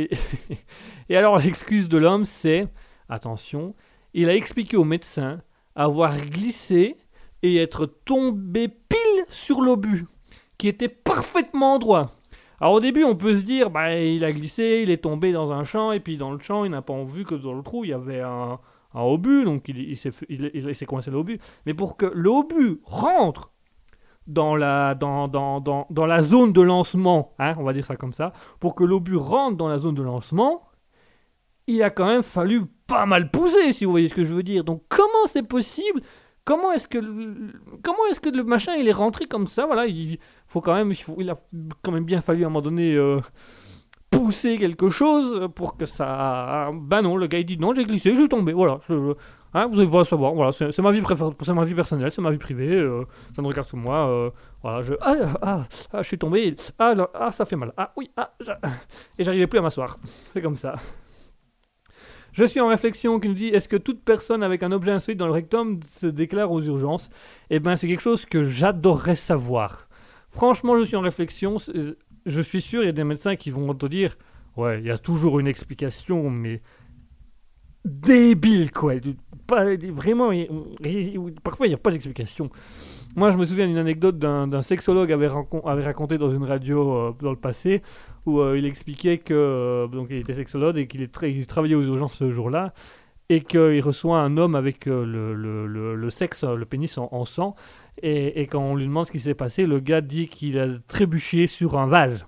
Et alors, l'excuse de l'homme, c'est, attention, il a expliqué au médecin avoir glissé et être tombé pile sur l'obus, qui était parfaitement droit. Alors au début, on peut se dire, il a glissé, il est tombé dans un champ, et puis dans le champ, il n'a pas vu que dans le trou, il y avait un obus, donc il s'est coincé l'obus. Mais pour que l'obus rentre dans la zone de lancement, hein, on va dire ça comme ça, pour que l'obus rentre dans la zone de lancement, il a quand même fallu pas mal pousser, si vous voyez ce que je veux dire. Donc comment c'est possible ? Comment est-ce que le machin il est rentré comme ça ? Voilà, il a quand même bien fallu à un moment donné pousser quelque chose pour que ça... Ben non, le gars il dit non, j'ai glissé, je suis tombé, voilà. Hein, vous allez pas savoir, voilà, c'est ma vie personnelle, c'est ma vie privée, ça ne regarde que moi, voilà, je suis tombé, ça fait mal, et j'arrivais plus à m'asseoir, c'est comme ça. Je suis en réflexion qui nous dit, est-ce que toute personne avec un objet insolite dans le rectum se déclare aux urgences ? Eh ben c'est quelque chose que j'adorerais savoir. Franchement, je suis en réflexion, je suis sûr, il y a des médecins qui vont te dire, ouais, il y a toujours une explication, mais... débile quoi, vraiment parfois il n'y a pas d'explication. Moi je me souviens d'une anecdote d'un sexologue avait raconté dans une radio dans le passé où il expliquait que donc il était sexologue et qu'il travaillait aux urgences ce jour-là et qu'il reçoit un homme avec le sexe, le pénis en sang et quand on lui demande ce qui s'est passé, le gars dit qu'il a trébuché sur un vase.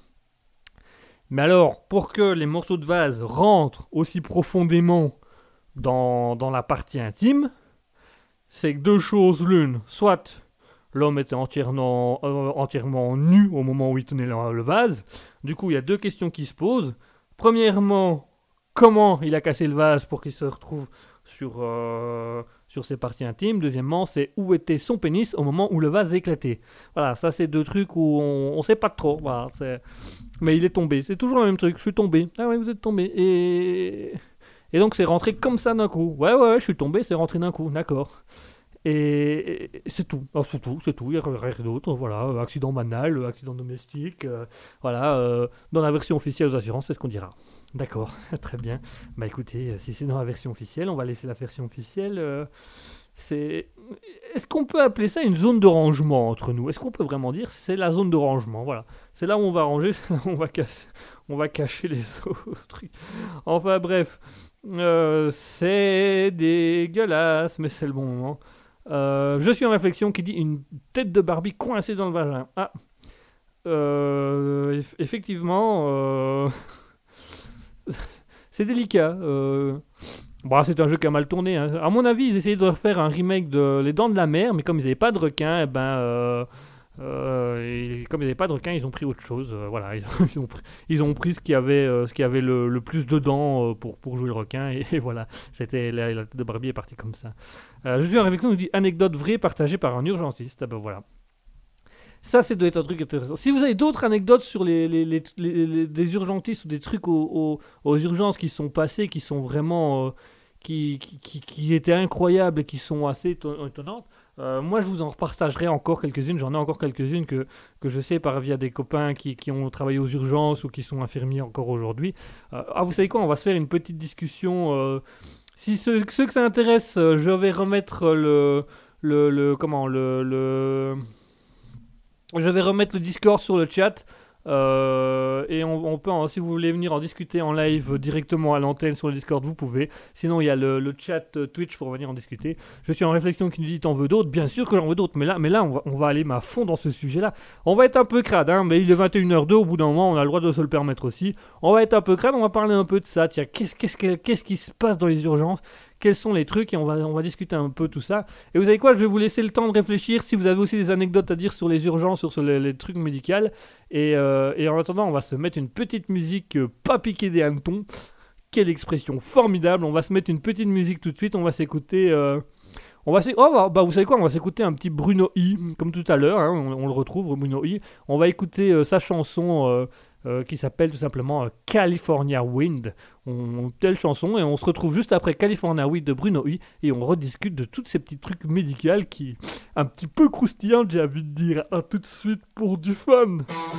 Mais alors, pour que les morceaux de vase rentrent aussi profondément dans la partie intime, c'est que deux choses l'une. Soit l'homme était entièrement nu au moment où il tenait le vase. Du coup, il y a deux questions qui se posent. Premièrement, comment il a cassé le vase pour qu'il se retrouve sur ses parties intimes. Deuxièmement, c'est où était son pénis au moment où le vase éclatait. Voilà, ça c'est deux trucs où on sait pas trop. Voilà, mais il est tombé. C'est toujours le même truc. Je suis tombé. Ah ouais, vous êtes tombé. Et donc c'est rentré comme ça d'un coup. Ouais, je suis tombé, c'est rentré d'un coup. D'accord. Et c'est tout. Oh, c'est tout. Il n'y a rien d'autre. Voilà, accident banal, accident domestique. Voilà, dans la version officielle aux assurances, c'est ce qu'on dira. D'accord, très bien. Bah écoutez, si c'est dans la version officielle, on va laisser la version officielle. Est-ce qu'on peut appeler ça une zone de rangement entre nous ? Est-ce qu'on peut vraiment dire c'est la zone de rangement ? Voilà, c'est là où on va ranger, c'est là où on va cacher les autres trucs. Enfin bref, c'est dégueulasse, mais c'est le bon moment. Je suis en réflexion qui dit une tête de Barbie coincée dans le vagin. Effectivement... c'est délicat. C'est un jeu qui a mal tourné. Hein. À mon avis, ils essayaient de refaire un remake de Les Dents de la Mer, mais comme ils n'avaient pas de requin, ils ont pris autre chose. Voilà, ils ont pris ce qui avait le plus de dents pour jouer le requin, et voilà, c'était la tête de Barbie est partie comme ça. Je suis en réflexion, nous dit anecdote vraie partagée par un urgentiste. Voilà. Ça, c'est doit être un truc intéressant. Si vous avez d'autres anecdotes sur des urgentistes ou des trucs aux urgences qui sont passés, qui sont vraiment... qui étaient incroyables et qui sont assez étonnantes, moi, je vous en repartagerai encore quelques-unes. J'en ai encore quelques-unes que je sais via des copains qui ont travaillé aux urgences ou qui sont infirmiers encore aujourd'hui. Vous savez quoi ? On va se faire une petite discussion. Si ceux que ça intéresse, je vais remettre je vais remettre le Discord sur le chat et on peut, si vous voulez venir en discuter en live directement à l'antenne sur le Discord, vous pouvez. Sinon, il y a le chat Twitch pour venir en discuter. Je suis en réflexion qui nous dit t'en veux d'autres. Bien sûr que j'en veux d'autres, mais là on va aller à fond dans ce sujet-là. On va être un peu crade, hein, mais il est 21h02, au bout d'un moment, on a le droit de se le permettre aussi. On va être un peu crade, on va parler un peu de ça. Tiens, qu'est-ce qui se passe dans les urgences ? quels sont les trucs, et on va discuter un peu tout ça. Et vous savez quoi, je vais vous laisser le temps de réfléchir, si vous avez aussi des anecdotes à dire sur les urgences, sur les trucs médicaux. Et en attendant, on va se mettre une petite musique pas piquée des hannetons. Quelle expression formidable, on va se mettre une petite musique tout de suite, on va s'écouter... vous savez quoi, on va s'écouter un petit Bruno I, comme tout à l'heure, hein, on le retrouve, Bruno I. On va écouter sa chanson qui s'appelle tout simplement California Wind. Telle chanson, et on se retrouve juste après California Wind de Bruno I, et on rediscute de tous ces petits trucs médicaux qui, un petit peu croustillants, j'ai envie de dire. À tout de suite pour du fun.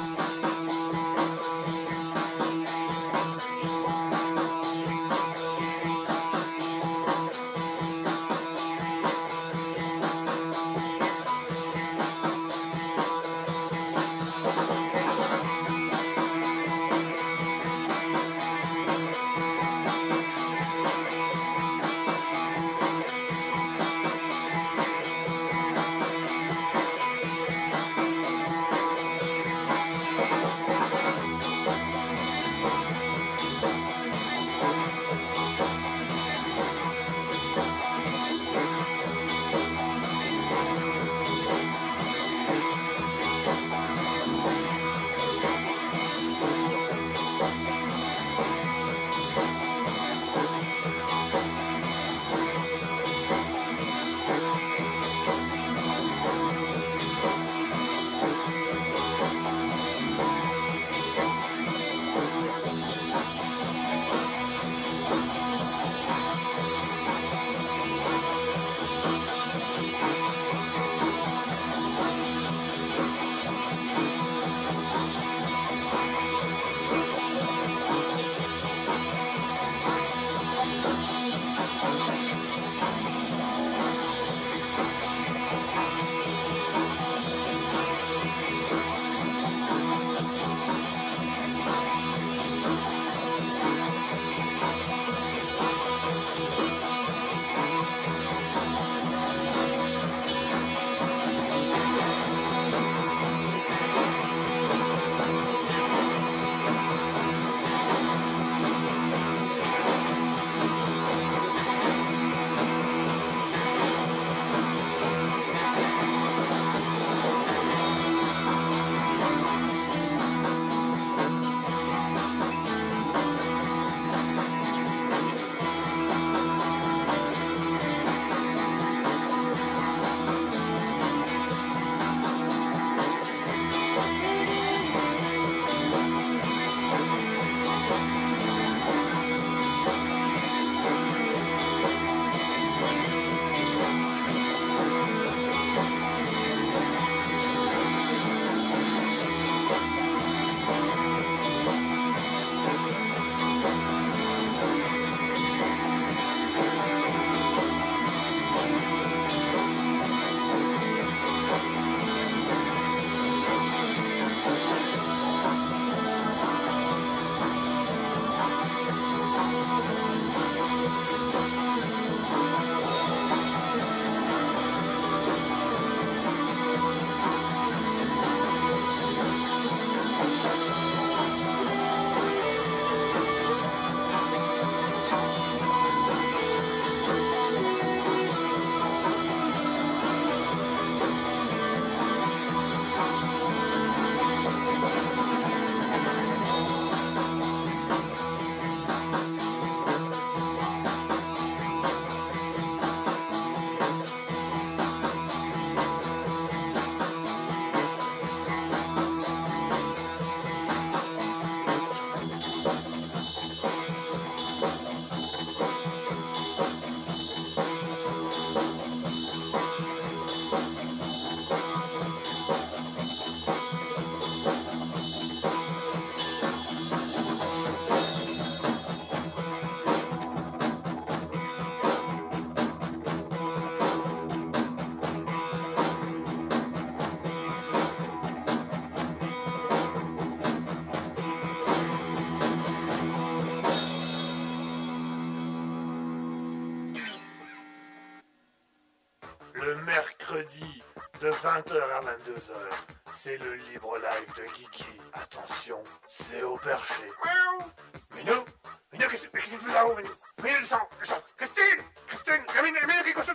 Le mercredi de 20h à 22h, c'est le libre live de Guigui. Attention, c'est au perché. Minou, qu'est-ce que tu fais là-haut, Minou? Minou, le sang, Christine,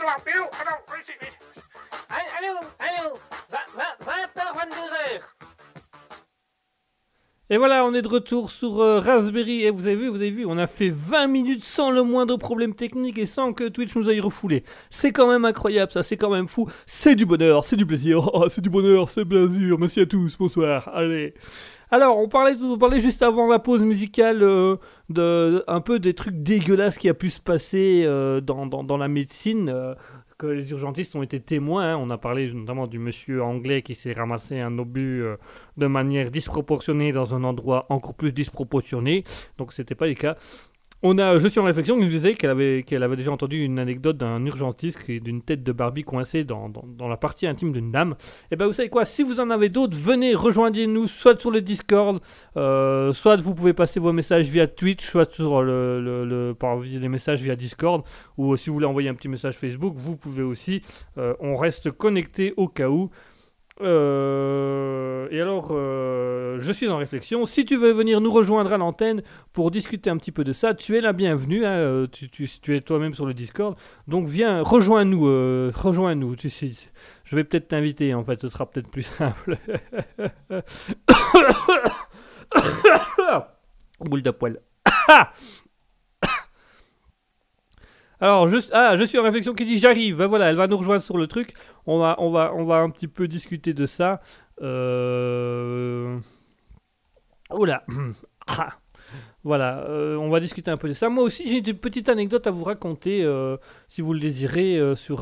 attends, ici. Allô, 20h, 22h. Et voilà, on est de retour sur Raspberry. Et vous avez vu, on a fait 20 minutes sans le moindre problème technique et sans que Twitch nous aille refoulé. C'est quand même incroyable, ça, c'est quand même fou. C'est du bonheur, c'est du plaisir. Oh, c'est du bonheur, c'est plaisir. Merci à tous, bonsoir. Allez. Alors, on parlait juste avant la pause musicale un peu des trucs dégueulasses qui a pu se passer dans la médecine. Que les urgentistes ont été témoins. On a parlé notamment du monsieur anglais qui s'est ramassé un obus de manière disproportionnée dans un endroit encore plus disproportionné. Donc c'était pas le cas. Je suis en réflexion, qui nous disait qu'elle avait déjà entendu une anecdote d'un urgentiste d'une tête de Barbie coincée dans la partie intime d'une dame. Et ben vous savez quoi, si vous en avez d'autres, venez, rejoignez-nous, soit sur le Discord, soit vous pouvez passer vos messages via Twitch, soit sur les messages via Discord, ou si vous voulez envoyer un petit message Facebook, vous pouvez aussi. On reste connecté au cas où. Et alors, je suis en réflexion. Si tu veux venir nous rejoindre à l'antenne pour discuter un petit peu de ça, tu es la bienvenue. Hein, tu es toi-même sur le Discord. Donc viens, rejoins-nous. Rejoins-nous. Je vais peut-être t'inviter, en fait. Ce sera peut-être plus simple. Boule de poil. Alors, je suis en réflexion qui dit j'arrive. Ben voilà, elle va nous rejoindre sur le truc. On va un petit peu discuter de ça. Oula. Voilà, on va discuter un peu de ça. Moi aussi, j'ai une petite anecdote à vous raconter, si vous le désirez, sur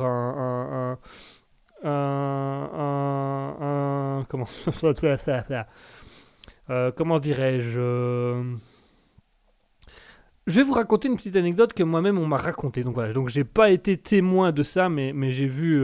comment comment dirais-je Je vais vous raconter une petite anecdote que moi-même on m'a racontée. Donc voilà, donc j'ai pas été témoin de ça, mais j'ai vu,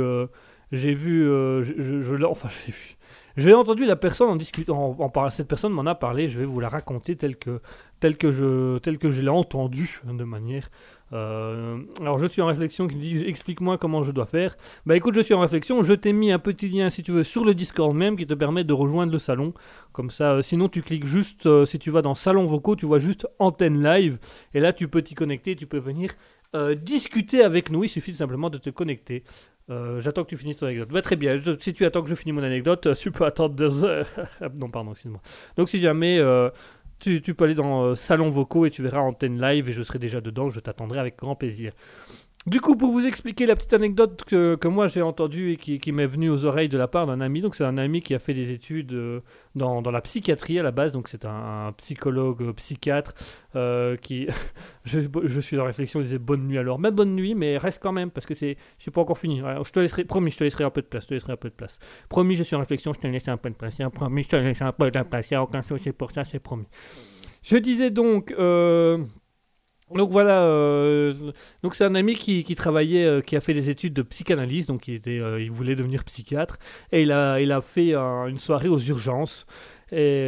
j'ai entendu la personne en discutant, cette personne m'en a parlé. Je vais vous la raconter telle que je l'ai entendue de manière. Alors je suis en réflexion qui me dit explique-moi comment je dois faire. Bah écoute, je suis en réflexion, je t'ai mis un petit lien si tu veux sur le Discord même qui te permet de rejoindre le salon. Comme ça, sinon tu cliques juste, si tu vas dans salon vocaux, tu vois juste antenne live et là tu peux t'y connecter, tu peux venir discuter avec nous. Il suffit simplement de te connecter. J'attends que tu finisses ton anecdote. Bah, très bien, si tu attends que je finisse mon anecdote, tu peux attendre 2 heures. Non, pardon, excuse-moi. Donc si jamais tu peux aller dans salon vocaux et tu verras antenne live et je serai déjà dedans, je t'attendrai avec grand plaisir. Du coup, pour vous expliquer la petite anecdote que moi j'ai entendue et qui m'est venue aux oreilles de la part d'un ami, donc c'est un ami qui a fait des études dans la psychiatrie à la base, donc c'est un psychologue psychiatre qui... je suis en réflexion, je disais bonne nuit alors, mais bonne nuit, mais reste quand même, parce que je suis pas encore fini. Alors, promis, je te laisserai un peu de place, Promis, je suis en réflexion, je te laisserai un peu de place, promis, je te laisserai un peu de place, il n'y a aucun souci pour ça, c'est promis. Je disais donc... Donc voilà, donc c'est un ami qui travaillait, qui a fait des études de psychanalyse, donc il voulait devenir psychiatre, et il a fait une soirée aux urgences, et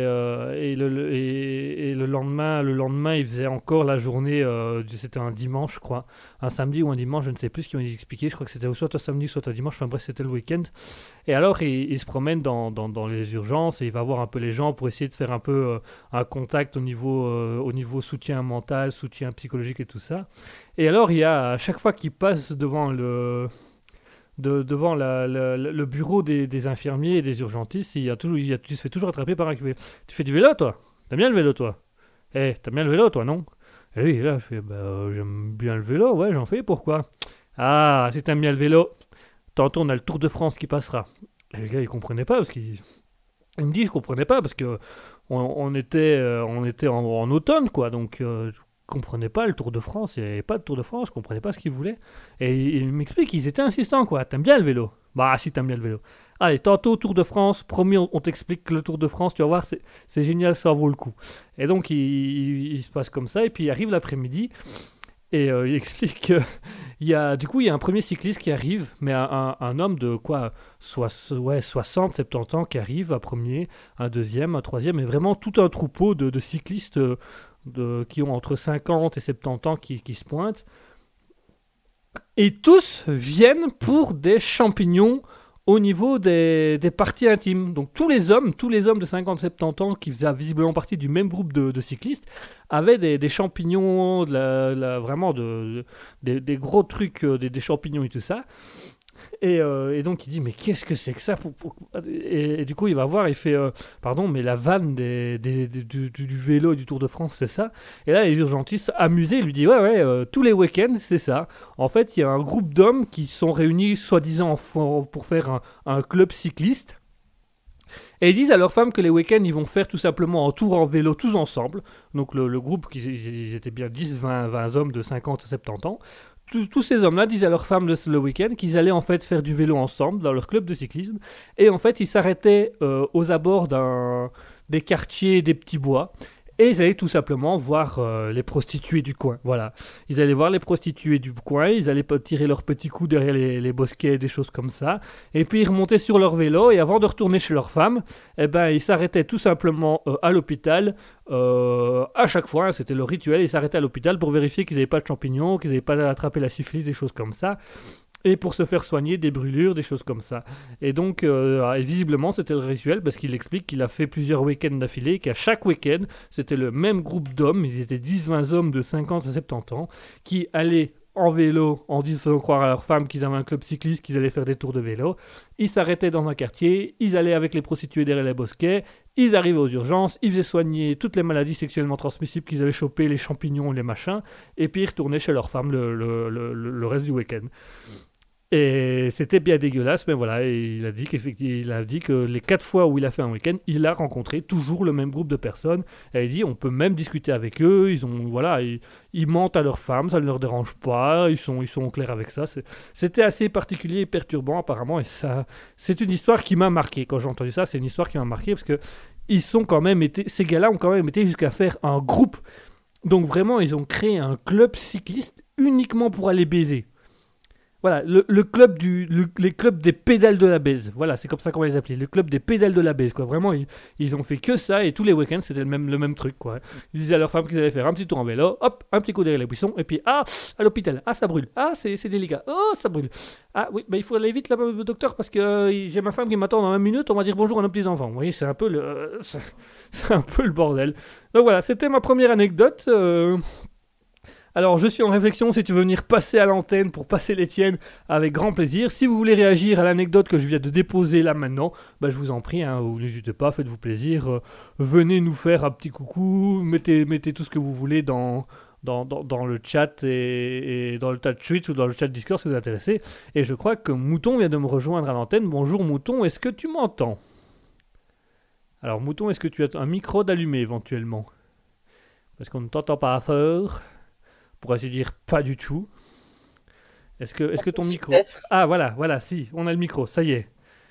le lendemain, il faisait encore la journée, c'était un dimanche, je crois, un samedi ou un dimanche, je ne sais plus ce qu'il m'a expliqué, je crois que c'était soit un samedi, soit un dimanche, enfin bref, c'était le week-end. Et alors, il se promène dans les urgences et il va voir un peu les gens pour essayer de faire un peu un contact au niveau soutien mental, soutien psychologique et tout ça. Et alors, il y a, à chaque fois qu'il passe devant le bureau des infirmiers et des urgentistes, tu se fais toujours attraper par un vélo. Tu fais du vélo, toi? T'aimes bien le vélo, toi? T'aimes bien le vélo, toi, non? Et lui, là, je fais, j'aime bien le vélo, ouais, j'en fais, pourquoi? Ah, si t'aimes bien le vélo... Tantôt, on a le Tour de France qui passera. Et le gars, il comprenait pas parce qu'il me dit, je comprenais pas parce que on était en automne, quoi. Donc, je comprenais pas le Tour de France. Il n'y avait pas de Tour de France. Je comprenais pas ce qu'il voulait. Et il m'explique qu'ils étaient insistants, quoi. T'aimes bien le vélo? Bah, si t'aimes bien le vélo. Allez, tantôt Tour de France. Promis, on t'explique que le Tour de France, tu vas voir, c'est génial, ça vaut le coup. Et donc, il se passe comme ça. Et puis, il arrive l'après-midi. Et il explique qu'il y a un premier cycliste qui arrive, mais un homme de quoi 60, 70 ans qui arrive, un premier, un deuxième, un troisième, et vraiment tout un troupeau de cyclistes qui ont entre 50 et 70 ans qui se pointent. Et tous viennent pour des champignons au niveau des parties intimes. Donc tous les hommes de 50-70 ans qui faisaient visiblement partie du même groupe de cyclistes avaient des champignons, vraiment des gros trucs, des champignons et tout ça. Et donc il dit mais qu'est-ce que c'est que ça et du coup il va voir, il fait pardon mais la vanne du vélo et du Tour de France c'est ça. Et là les urgentistes amusés lui disent ouais tous les week-ends c'est ça. En fait il y a un groupe d'hommes qui sont réunis soi-disant pour faire un club cycliste. Et ils disent à leurs femmes que les week-ends, ils vont faire tout simplement un tour en vélo tous ensemble. Donc le groupe, ils étaient bien 10-20 hommes de 50 à 70 ans. Tous ces hommes-là disent à leurs femmes le week-end qu'ils allaient en fait faire du vélo ensemble dans leur club de cyclisme. Et en fait, ils s'arrêtaient aux abords des quartiers, des petits bois. Et ils allaient tout simplement voir les prostituées du coin. Voilà. Ils allaient voir les prostituées du coin, ils allaient tirer leurs petits coups derrière les bosquets, des choses comme ça. Et puis ils remontaient sur leur vélo et avant de retourner chez leurs femmes, eh ben, ils s'arrêtaient tout simplement à l'hôpital. À chaque fois, c'était leur rituel, ils s'arrêtaient à l'hôpital pour vérifier qu'ils n'avaient pas de champignons, qu'ils n'avaient pas attrapé la syphilis, des choses comme ça. Et pour se faire soigner des brûlures, des choses comme ça. Et donc, visiblement, c'était le rituel parce qu'il explique qu'il a fait plusieurs week-ends d'affilée, qu'à chaque week-end, c'était le même groupe d'hommes, ils étaient 10-20 hommes de 50 à 70 ans, qui allaient en vélo en faisant croire à leurs femmes qu'ils avaient un club cycliste, qu'ils allaient faire des tours de vélo. Ils s'arrêtaient dans un quartier, ils allaient avec les prostituées derrière les bosquets, ils arrivaient aux urgences, ils faisaient soigner toutes les maladies sexuellement transmissibles qu'ils avaient chopées, les champignons, les machins, et puis ils retournaient chez leurs femmes le reste du week-end. Et c'était bien dégueulasse, mais voilà, et il a dit que les 4 fois où il a fait un week-end, il a rencontré toujours le même groupe de personnes. Et il dit, on peut même discuter avec eux, ils mentent à leurs femmes, ça ne leur dérange pas, ils sont au clair avec ça. C'était assez particulier et perturbant apparemment, et ça, c'est une histoire qui m'a marqué. Quand j'ai entendu ça, c'est une histoire qui m'a marqué, parce que ces gars-là ont quand même été jusqu'à faire un groupe. Donc vraiment, ils ont créé un club cycliste uniquement pour aller baiser. Voilà, les clubs des pédales de la baise. Voilà, c'est comme ça qu'on va les appeler. Le club des pédales de la baise, quoi. Vraiment, ils ont fait que ça et tous les week-ends, c'était le même truc, quoi. Ils disaient à leurs femmes qu'ils allaient faire un petit tour en vélo, hop, un petit coup derrière les buissons, et puis, à l'hôpital, ça brûle. C'est délicat. Oh, ça brûle. Ah oui, il faut aller vite là-bas, le docteur, parce que j'ai ma femme qui m'attend dans 1 minute, on va dire bonjour à nos petits-enfants. Vous voyez, c'est un peu le bordel. Donc voilà, c'était ma première anecdote. Alors, je suis en réflexion, si tu veux venir passer à l'antenne pour passer les tiennes, avec grand plaisir. Si vous voulez réagir à l'anecdote que je viens de déposer là maintenant, je vous en prie, vous n'hésitez pas, faites-vous plaisir. Venez nous faire un petit coucou, mettez tout ce que vous voulez dans le chat et dans le chat Twitch ou dans le chat Discord si vous êtes intéressé. Et je crois que Mouton vient de me rejoindre à l'antenne. Bonjour Mouton, est-ce que tu m'entends ? Alors Mouton, est-ce que tu as un micro d'allumé éventuellement ? Parce qu'on ne t'entend pas fort. Pour ainsi dire, pas du tout. Est-ce que ton micro... Ah, voilà, si, on a le micro, ça y est.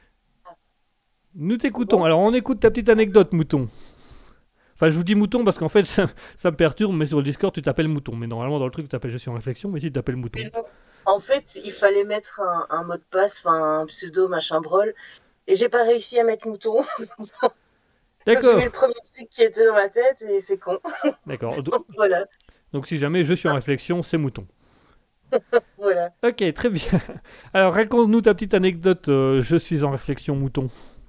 Nous t'écoutons. Bon. Alors, on écoute ta petite anecdote, Mouton. Enfin, je vous dis Mouton parce qu'en fait, ça me perturbe, mais sur le Discord, tu t'appelles Mouton. Mais normalement, dans le truc, tu t'appelles Je suis en réflexion, mais ici, tu t'appelles Mouton. En fait, il fallait mettre un mot de passe, un pseudo, machin brol, et j'ai pas réussi à mettre Mouton. D'accord. J'ai mis le premier truc qui était dans ma tête, et c'est con. D'accord. Donc, voilà. Donc si jamais je suis en réflexion, c'est Mouton. Voilà. Ok, très bien. Alors raconte-nous ta petite anecdote, je suis en réflexion, Mouton.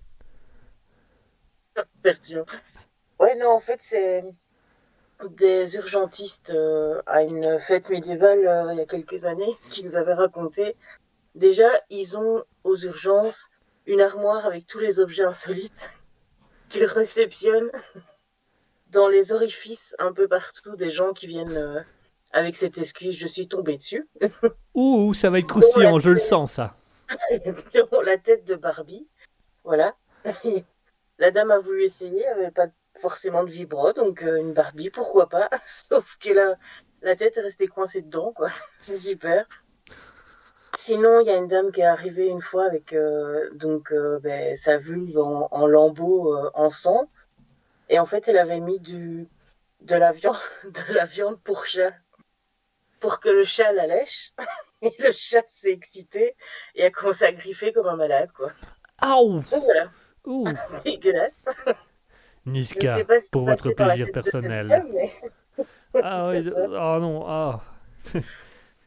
Perturbant. Ouais, non, en fait, c'est des urgentistes à une fête médiévale il y a quelques années qui nous avaient raconté. Déjà, ils ont aux urgences une armoire avec tous les objets insolites qu'ils réceptionnent dans les orifices un peu partout des gens qui viennent avec cette excuse, je suis tombé dessus. Ouh, ça va être croustillant, je le sens ça. Dans la tête de Barbie, voilà. La dame a voulu essayer, elle n'avait pas forcément de vibro, donc une Barbie, pourquoi pas. Sauf que la tête est restée coincée dedans, quoi. C'est super. Sinon, il y a une dame qui est arrivée une fois avec sa vulve en lambeaux en sang. Et en fait, elle avait mis de la viande pour chat, pour que le chat la lèche. Et le chat s'est excité et a commencé à griffer comme un malade, quoi. Aouh. Donc voilà. Ouh. Dégueulasse. Niska, si pour votre plaisir personnel. Dame, mais... Ah oui, oh non, ah.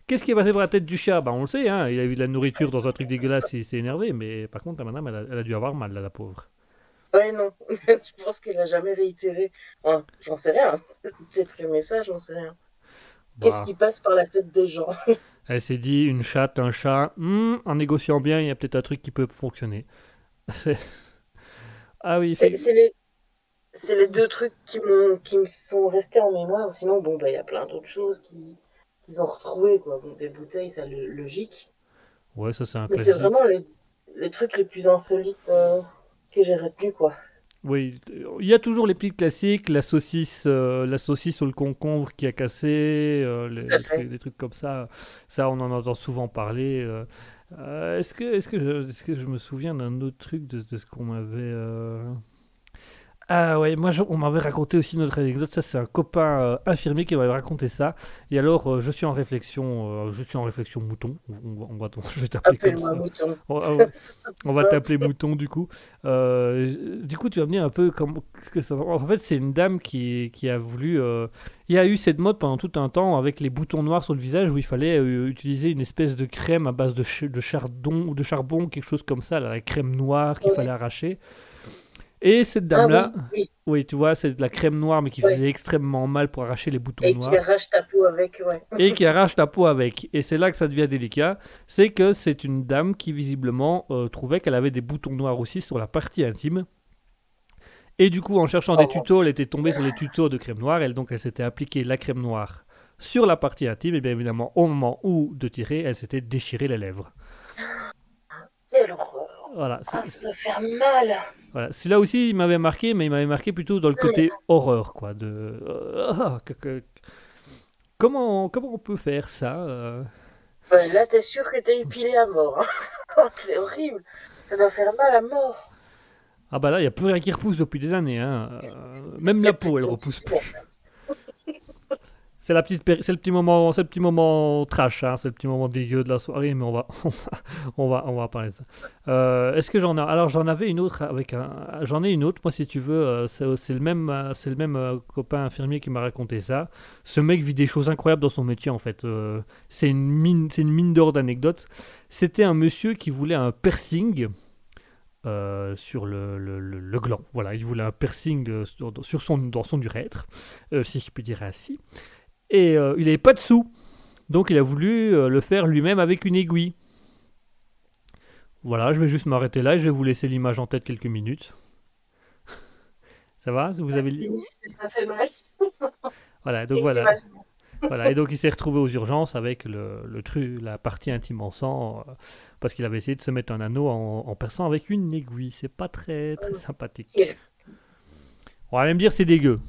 Qu'est-ce qui est passé par la tête du chat? Bah, on le sait, hein, il a eu de la nourriture dans un truc dégueulasse, il s'est énervé, mais par contre, la madame, elle a dû avoir mal, là, la pauvre. Ouais, non. Je pense qu'elle a jamais réitéré. Enfin, j'en sais rien. Peut-être le message, j'en sais rien. Qu'est-ce Bah, qui passe par la tête des gens? elle s'est dit, une chatte, un chat, en négociant bien, il y a peut-être un truc qui peut fonctionner. C'est- Ah oui, C'est c'est les deux trucs qui me sont restés en mémoire. Sinon, bon, bah, il y a plein d'autres choses qu'ils ont retrouvées, quoi. Bon, des bouteilles, ça, logique. ouais, ça c'est un Mais c'est classique. vraiment les trucs les plus insolites que j'ai retenus, quoi. Oui, il y a toujours les petits classiques, la saucisse sur le concombre qui a cassé, Tout à fait. les trucs comme ça. Ça, on en entend souvent parler. Est-ce que je me souviens d'un autre truc de ce qu'on m'avait. Ah ouais, on m'avait raconté aussi une autre anecdote. Ça, c'est un copain infirmier qui m'avait raconté ça. Et alors, je suis en réflexion mouton. Je vais t'appeler comme Appelle-moi ça. mouton. Oh, ah ouais. C'est On va simple. t'appeler Mouton du coup. Du coup, tu vas me dire un peu comment. Qu'est-ce que ça... En fait, c'est une dame qui a voulu. Il y a eu cette mode pendant tout un temps avec les boutons noirs sur le visage où il fallait utiliser une espèce de crème à base de chardon ou de charbon, quelque chose comme ça, là, la crème noire qu'il fallait Ouais. arracher. Et cette Ah dame-là, oui, oui, oui, tu vois, c'est de la crème noire mais qui ouais. faisait extrêmement mal pour arracher les boutons Et qui noirs arrache ta peau avec, ouais. et qui arrache ta peau avec. Et c'est là que ça devient délicat, c'est que c'est une dame qui visiblement trouvait qu'elle avait des boutons noirs aussi sur la partie intime. Et du coup, en cherchant des Oh, tutos, elle était tombée sur les tutos de crème noire, donc elle s'était appliquée la crème noire sur la partie intime, et bien évidemment, au moment où de tirer, elle s'était déchiré les lèvres. quelle horreur. Voilà, Ah, ça doit faire mal. voilà. Celui-là aussi, il m'avait marqué, mais il m'avait marqué plutôt dans le côté horreur, quoi. Comment on peut faire ça Ouais, là, t'es sûr que t'es épilé à mort, hein. C'est horrible. Ça doit faire mal à mort. Ah bah là, il n'y a plus rien qui repousse depuis des années. Hein. Il Même n'y a la plus peau, de elle peau repousse dessus, en plus. fait. C'est le petit moment trash, hein, c'est le petit moment dégueu de la soirée, mais on va parler de ça. Est-ce que j'en ai, alors j'en avais une autre j'en ai une autre. Moi, si tu veux, c'est le même copain infirmier qui m'a raconté ça. Ce mec vit des choses incroyables dans son métier, en fait. C'est une mine d'or d'anecdotes. C'était un monsieur qui voulait un piercing. Sur le gland. Voilà, il voulait un piercing dans son urètre, si je puis dire ainsi. Et il n'avait pas de sous. Donc il a voulu le faire lui-même avec une aiguille. Voilà, je vais juste m'arrêter là et je vais vous laisser l'image en tête quelques minutes. Ça va vous avez... Ça fait mal. Voilà, donc Rien que voilà. t'imagines. Voilà, et donc il s'est retrouvé aux urgences avec la partie intime en sang, parce qu'il avait essayé de se mettre un anneau en perçant avec une aiguille. C'est pas très, très sympathique. On va même dire c'est dégueu.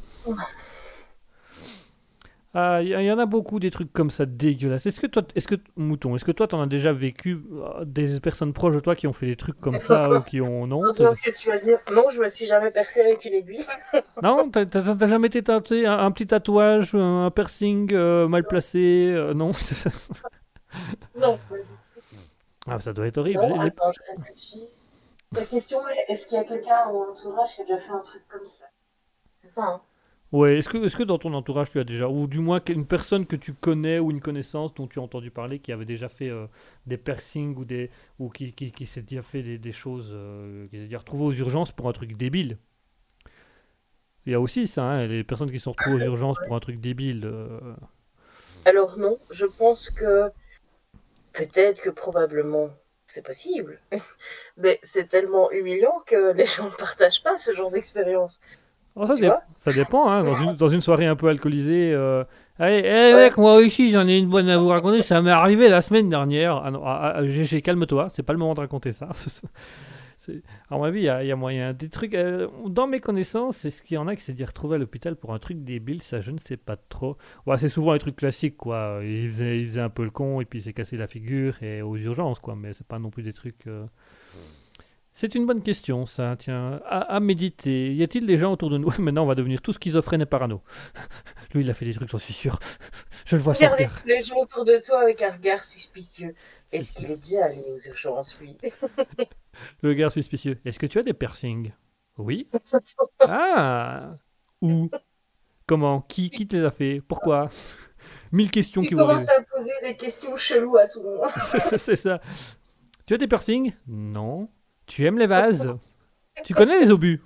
Ah, il y en a beaucoup des trucs comme ça dégueulasses. Mouton, est-ce que toi t'en as déjà vécu des personnes proches de toi qui ont fait des trucs comme ça ou qui ont non Attention à ce que tu vas dire. Non, je me suis jamais percée avec une aiguille. Non, t'as jamais été tenté un petit tatouage, un piercing mal placé, non Non, pas du tout. Ah, ça doit être horrible. Non, attends, je réfléchis. La question est, est-ce qu'il y a quelqu'un dans mon entourage qui a déjà fait un truc comme ça? C'est ça, hein? Ouais, est-ce que dans ton entourage tu as déjà, ou du moins une personne que tu connais ou une connaissance dont tu as entendu parler qui avait déjà fait des piercings ou qui s'est déjà fait des choses, qui s'est déjà retrouvé aux urgences pour un truc débile. Il y a aussi ça, hein, les personnes qui sont retrouvées aux urgences pour un truc débile. Alors non, je pense que peut-être que probablement c'est possible. Mais c'est tellement humiliant que les gens ne partagent pas ce genre d'expérience. Oh, Tu vois? ça dépend, hein, dans une soirée un peu alcoolisée. Allez, Ouais. mec, moi aussi j'en ai une bonne à vous raconter, ça m'est arrivé la semaine dernière. Ah non, GG, calme-toi, c'est pas le moment de raconter ça. À mon avis, il y a moyen. Des trucs. Dans mes connaissances, est-ce qu'il y en a qui s'est dit retrouver à l'hôpital pour un truc débile? Ça, je ne sais pas trop. Ouais, c'est souvent les trucs classiques, quoi. Il faisait un peu le con et puis il s'est cassé la figure et aux urgences, quoi. Mais c'est pas non plus des trucs. C'est une bonne question, ça. Tiens, à méditer. Y a-t-il des gens autour de nous? Maintenant, on va devenir tous schizophrènes et parano. Lui, il a fait des trucs, j'en suis sûr. Je le vois son Regarde regard. les gens autour de toi avec un regard suspicieux. C'est Est-ce ça. qu'il est déjà allé aux urgences, lui? Le regard suspicieux. Est-ce que tu as des piercings? Oui. Ah. Où? Comment? Qui te les a fait? Pourquoi? 1000 questions Tu qui vont arriver. commences à poser des questions cheloues à tout le monde. C'est ça. Tu as des piercings? Non. Tu aimes les vases? Tu connais les obus?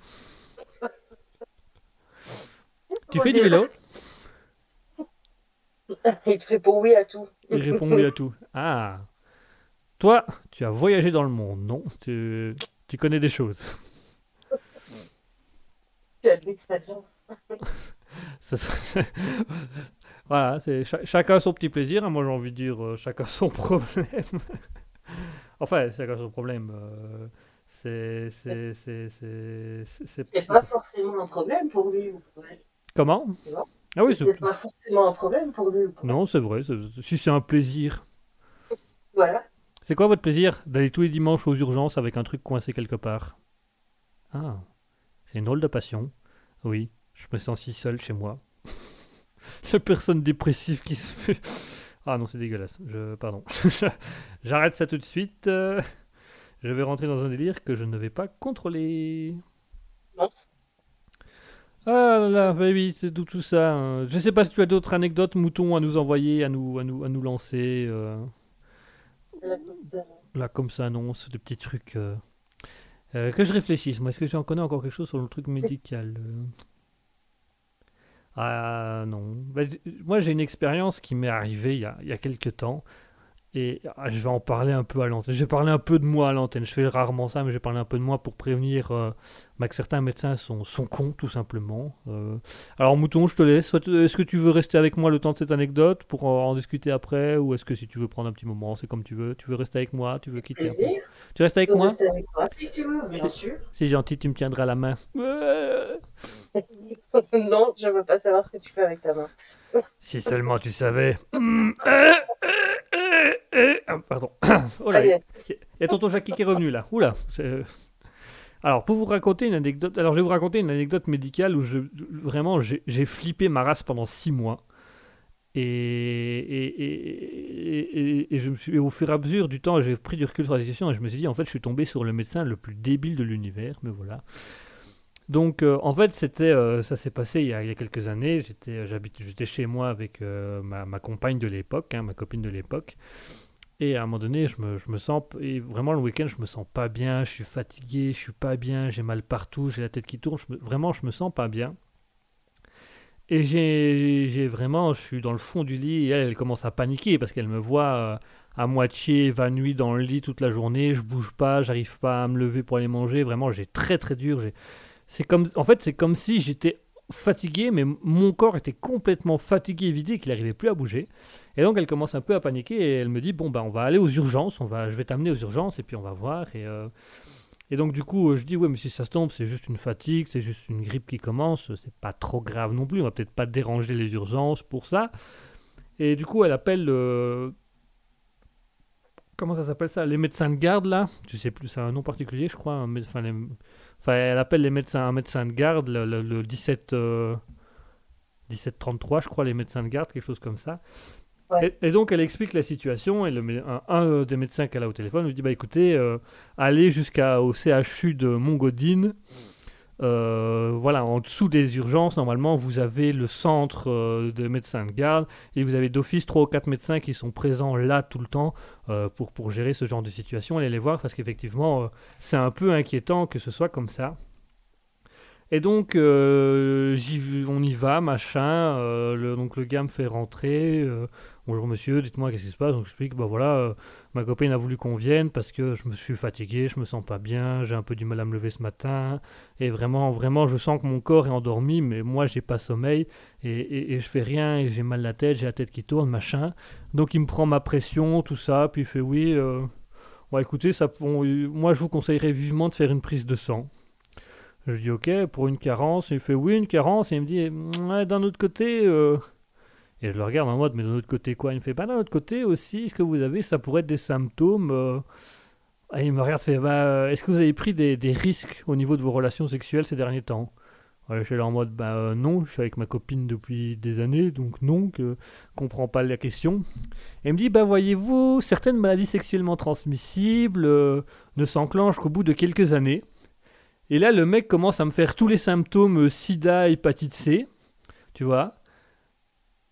Tu fais du vélo? Il te répond oui à tout. Il répond oui à tout. Ah. Toi, tu as voyagé dans le monde, non? Tu connais des choses. Tu as de l'expérience. Voilà, chacun son petit plaisir, hein. Moi j'ai envie de dire chacun son problème. Enfin, chacun son problème. C'est pas forcément un problème pour lui ou pour elle. Comment? Tu vois? Ah oui, C'est pas forcément un problème pour lui ou pour elle. non, c'est vrai. Si c'est un plaisir. Voilà. C'est quoi votre plaisir? D'aller tous les dimanches aux urgences avec un truc coincé quelque part? Ah, c'est une drôle de passion. Oui, je me sens si seul chez moi. La personne dépressive qui se fait... Ah non, c'est dégueulasse. Pardon. J'arrête ça tout de suite. Je vais rentrer dans un délire que je ne vais pas contrôler. Non. Ah là là, baby, c'est tout ça. Je sais pas si tu as d'autres anecdotes, moutons, à nous envoyer, à nous lancer. Là, comme ça, non, c'est des petits trucs. Que je réfléchisse. Moi, est-ce que j'en connais encore quelque chose sur le truc médical? Ah non. Moi, j'ai une expérience qui m'est arrivée il y a quelques temps. Et je vais en parler un peu à l'antenne. Je vais parler un peu de moi à l'antenne. Je fais rarement ça, mais je vais parler un peu de moi pour prévenir que certains médecins sont cons, tout simplement. Alors, Mouton, je te laisse. Est-ce que tu veux rester avec moi le temps de cette anecdote pour en discuter après? Ou est-ce que si tu veux prendre un petit moment, c'est comme tu veux. Tu veux rester avec moi? Tu veux quitter un peu? Plaisir. Tu restes avec Je peux moi? rester avec toi si tu veux, bien sûr. C'est gentil, tu me tiendras la main. Non, je veux pas savoir ce que tu fais avec ta main. Si seulement tu savais. Ah, pardon. Oh là, Ah, yeah. il y a tonton Jackie qui est revenu là. Oula. Alors, pour vous raconter une anecdote. Alors, je vais vous raconter une anecdote médicale où vraiment j'ai flippé ma race pendant 6 mois. Et je me suis, au fur et à mesure du temps, j'ai pris du recul sur la situation et je me suis dit, en fait, je suis tombé sur le médecin le plus débile de l'univers. Mais voilà. Donc, en fait, ça s'est passé il y a quelques années. J'étais chez moi avec ma compagne de l'époque, hein, ma copine de l'époque. Et à un moment donné, je me sens... Et vraiment, le week-end, je me sens pas bien. Je suis fatigué, je suis pas bien. J'ai mal partout, j'ai la tête qui tourne. Vraiment, je me sens pas bien. Et je suis dans le fond du lit et elle commence à paniquer parce qu'elle me voit à moitié évanoui dans le lit toute la journée. Je bouge pas, j'arrive pas à me lever pour aller manger. Vraiment, j'ai très très dur. En fait, c'est comme si j'étais fatigué, mais mon corps était complètement fatigué et vidé, qu'il n'arrivait plus à bouger. Et donc, elle commence un peu à paniquer et elle me dit, bon, on va aller aux urgences, je vais t'amener aux urgences et puis on va voir. Et donc, du coup, je dis, ouais, mais si ça se tombe, c'est juste une fatigue, c'est juste une grippe qui commence, c'est pas trop grave non plus, on va peut-être pas déranger les urgences pour ça. Et du coup, elle appelle... comment ça s'appelle ça? Les médecins de garde, là? Je sais plus, c'est un nom particulier, je crois. Elle appelle un médecin de garde, le 1733, je crois, les médecins de garde, quelque chose comme ça. Ouais. Et donc, elle explique la situation, et un des médecins qu'elle a au téléphone lui dit, écoutez, allez jusqu'au CHU de Montgodine. Voilà, en dessous des urgences, normalement, vous avez le centre de médecins de garde, et vous avez d'office 3 ou 4 médecins qui sont présents là tout le temps pour gérer ce genre de situation. Allez les voir, parce qu'effectivement, c'est un peu inquiétant que ce soit comme ça. Et donc, on y va, machin. Donc, le gars me fait rentrer. Bonjour monsieur, dites-moi qu'est-ce qui se passe. Donc, j'explique, ma copine a voulu qu'on vienne parce que je me suis fatigué, je me sens pas bien, j'ai un peu du mal à me lever ce matin. Et vraiment, vraiment, je sens que mon corps est endormi, mais moi, j'ai pas sommeil. Et je fais rien, et j'ai mal à la tête, j'ai la tête qui tourne, machin. Donc, il me prend ma pression, tout ça. Puis, il fait oui. Écoutez, moi, je vous conseillerais vivement de faire une prise de sang. Je dis ok, pour une carence. Il fait oui, une carence. Et il me dit, ouais, d'un autre côté. Et je le regarde en mode, mais d'un autre côté quoi? Il me fait, d'un autre côté aussi, ce que vous avez, ça pourrait être des symptômes. Et il me regarde, fait, est-ce que vous avez pris des risques au niveau de vos relations sexuelles ces derniers temps? Je suis là en mode, non, je suis avec ma copine depuis des années, donc non, comprends pas la question. Et il me dit, voyez-vous, certaines maladies sexuellement transmissibles ne s'enclenchent qu'au bout de quelques années. Et là, le mec commence à me faire tous les symptômes sida, hépatite C, tu vois.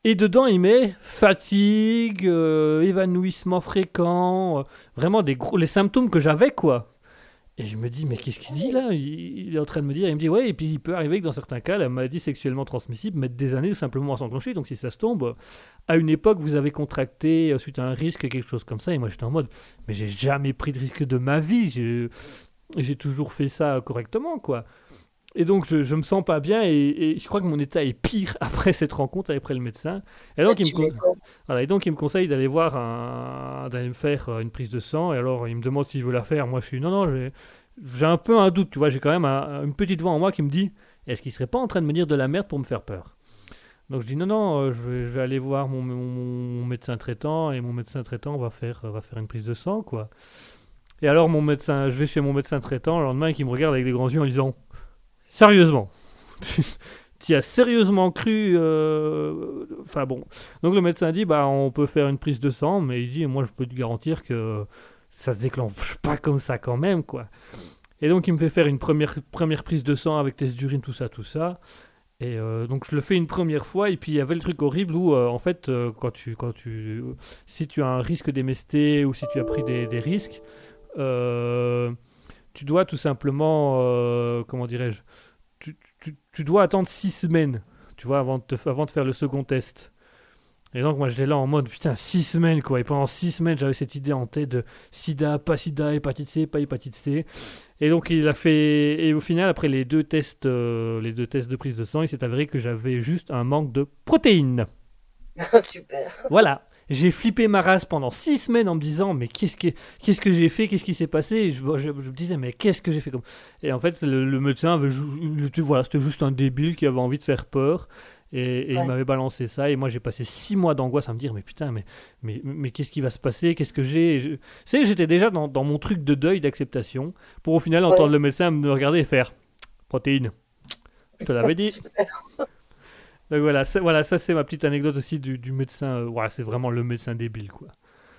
Et dedans, il met fatigue, évanouissement fréquent, vraiment les symptômes que j'avais, quoi. Et je me dis, mais qu'est-ce qu'il dit là? Il est en train de me dire, il me dit, ouais, et puis il peut arriver que dans certains cas, la maladie sexuellement transmissible mette des années simplement à s'enclencher. Donc si ça se tombe, à une époque, vous avez contracté suite à un risque, quelque chose comme ça. Et moi, j'étais en mode, mais j'ai jamais pris de risque de ma vie. J'ai toujours fait ça correctement, quoi. Et donc, je me sens pas bien et je crois que mon état est pire après cette rencontre avec le médecin. Et donc, voilà, et donc il me conseille d'aller d'aller me faire une prise de sang. Et alors, il me demande s'il veut la faire. Moi, je suis, non, j'ai un peu un doute, tu vois. J'ai quand même une petite voix en moi qui me dit, est-ce qu'il serait pas en train de me dire de la merde pour me faire peur? Donc, je dis, non, je vais aller voir mon médecin traitant. Et mon médecin traitant va faire une prise de sang, quoi. Et alors, je vais chez mon médecin traitant le lendemain qui me regarde avec des grands yeux en disant, sérieusement, tu as sérieusement cru. Enfin bon. Donc le médecin dit, bah on peut faire une prise de sang, mais il dit, moi je peux te garantir que ça se déclenche pas comme ça quand même, quoi. Et donc il me fait faire une première prise de sang avec test d'urine, tout ça. Et donc je le fais une première fois, et puis il y avait le truc horrible où en fait si tu as un risque d'MST ou si tu as pris des risques, tu dois tout simplement, comment dirais-je, tu dois attendre 6 semaines, tu vois, avant de faire le second test. Et donc moi j'étais là en mode, putain, 6 semaines, quoi. Et pendant 6 semaines, j'avais cette idée en tête de sida, pas sida, hépatite C, pas hépatite C. Et donc il a fait, et au final, après les deux tests de prise de sang, il s'est avéré que j'avais juste un manque de protéines. Super. Voilà. J'ai flippé ma race pendant 6 semaines en me disant, mais qu'est-ce que j'ai fait, qu'est-ce qui s'est passé, et je me disais, mais qu'est-ce que j'ai fait comme... Et en fait, le médecin voilà, c'était juste un débile qui avait envie de faire peur, et il m'avait balancé ça, et moi j'ai passé 6 mois d'angoisse à me dire, mais putain, mais qu'est-ce qui va se passer, qu'est-ce que j'ai... J'étais déjà dans mon truc de deuil, d'acceptation, pour au final entendre le médecin me regarder et faire, protéines, je te l'avais dit. Donc voilà, ça c'est ma petite anecdote aussi du médecin. Voilà, c'est vraiment le médecin débile, quoi.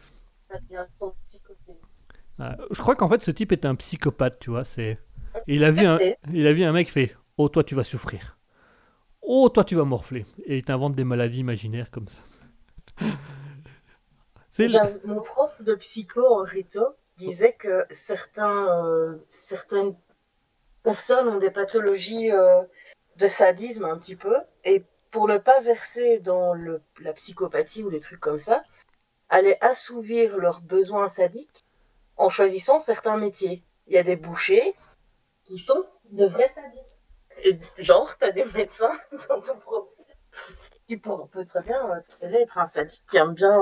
Je crois qu'en fait ce type était un psychopathe, tu vois. Il a vu un mec qui fait, oh toi tu vas souffrir, oh toi tu vas morfler, et il t'invente des maladies imaginaires comme ça. Mon prof de psycho en rito disait que certaines personnes ont des pathologies de sadisme un petit peu, et pour ne pas verser dans la psychopathie ou des trucs comme ça, allaient assouvir leurs besoins sadiques en choisissant certains métiers. Il y a des bouchers qui sont de vrais sadiques. Et genre, t'as des médecins dans ton profil qui peut très bien s'avérer être un sadique qui aime bien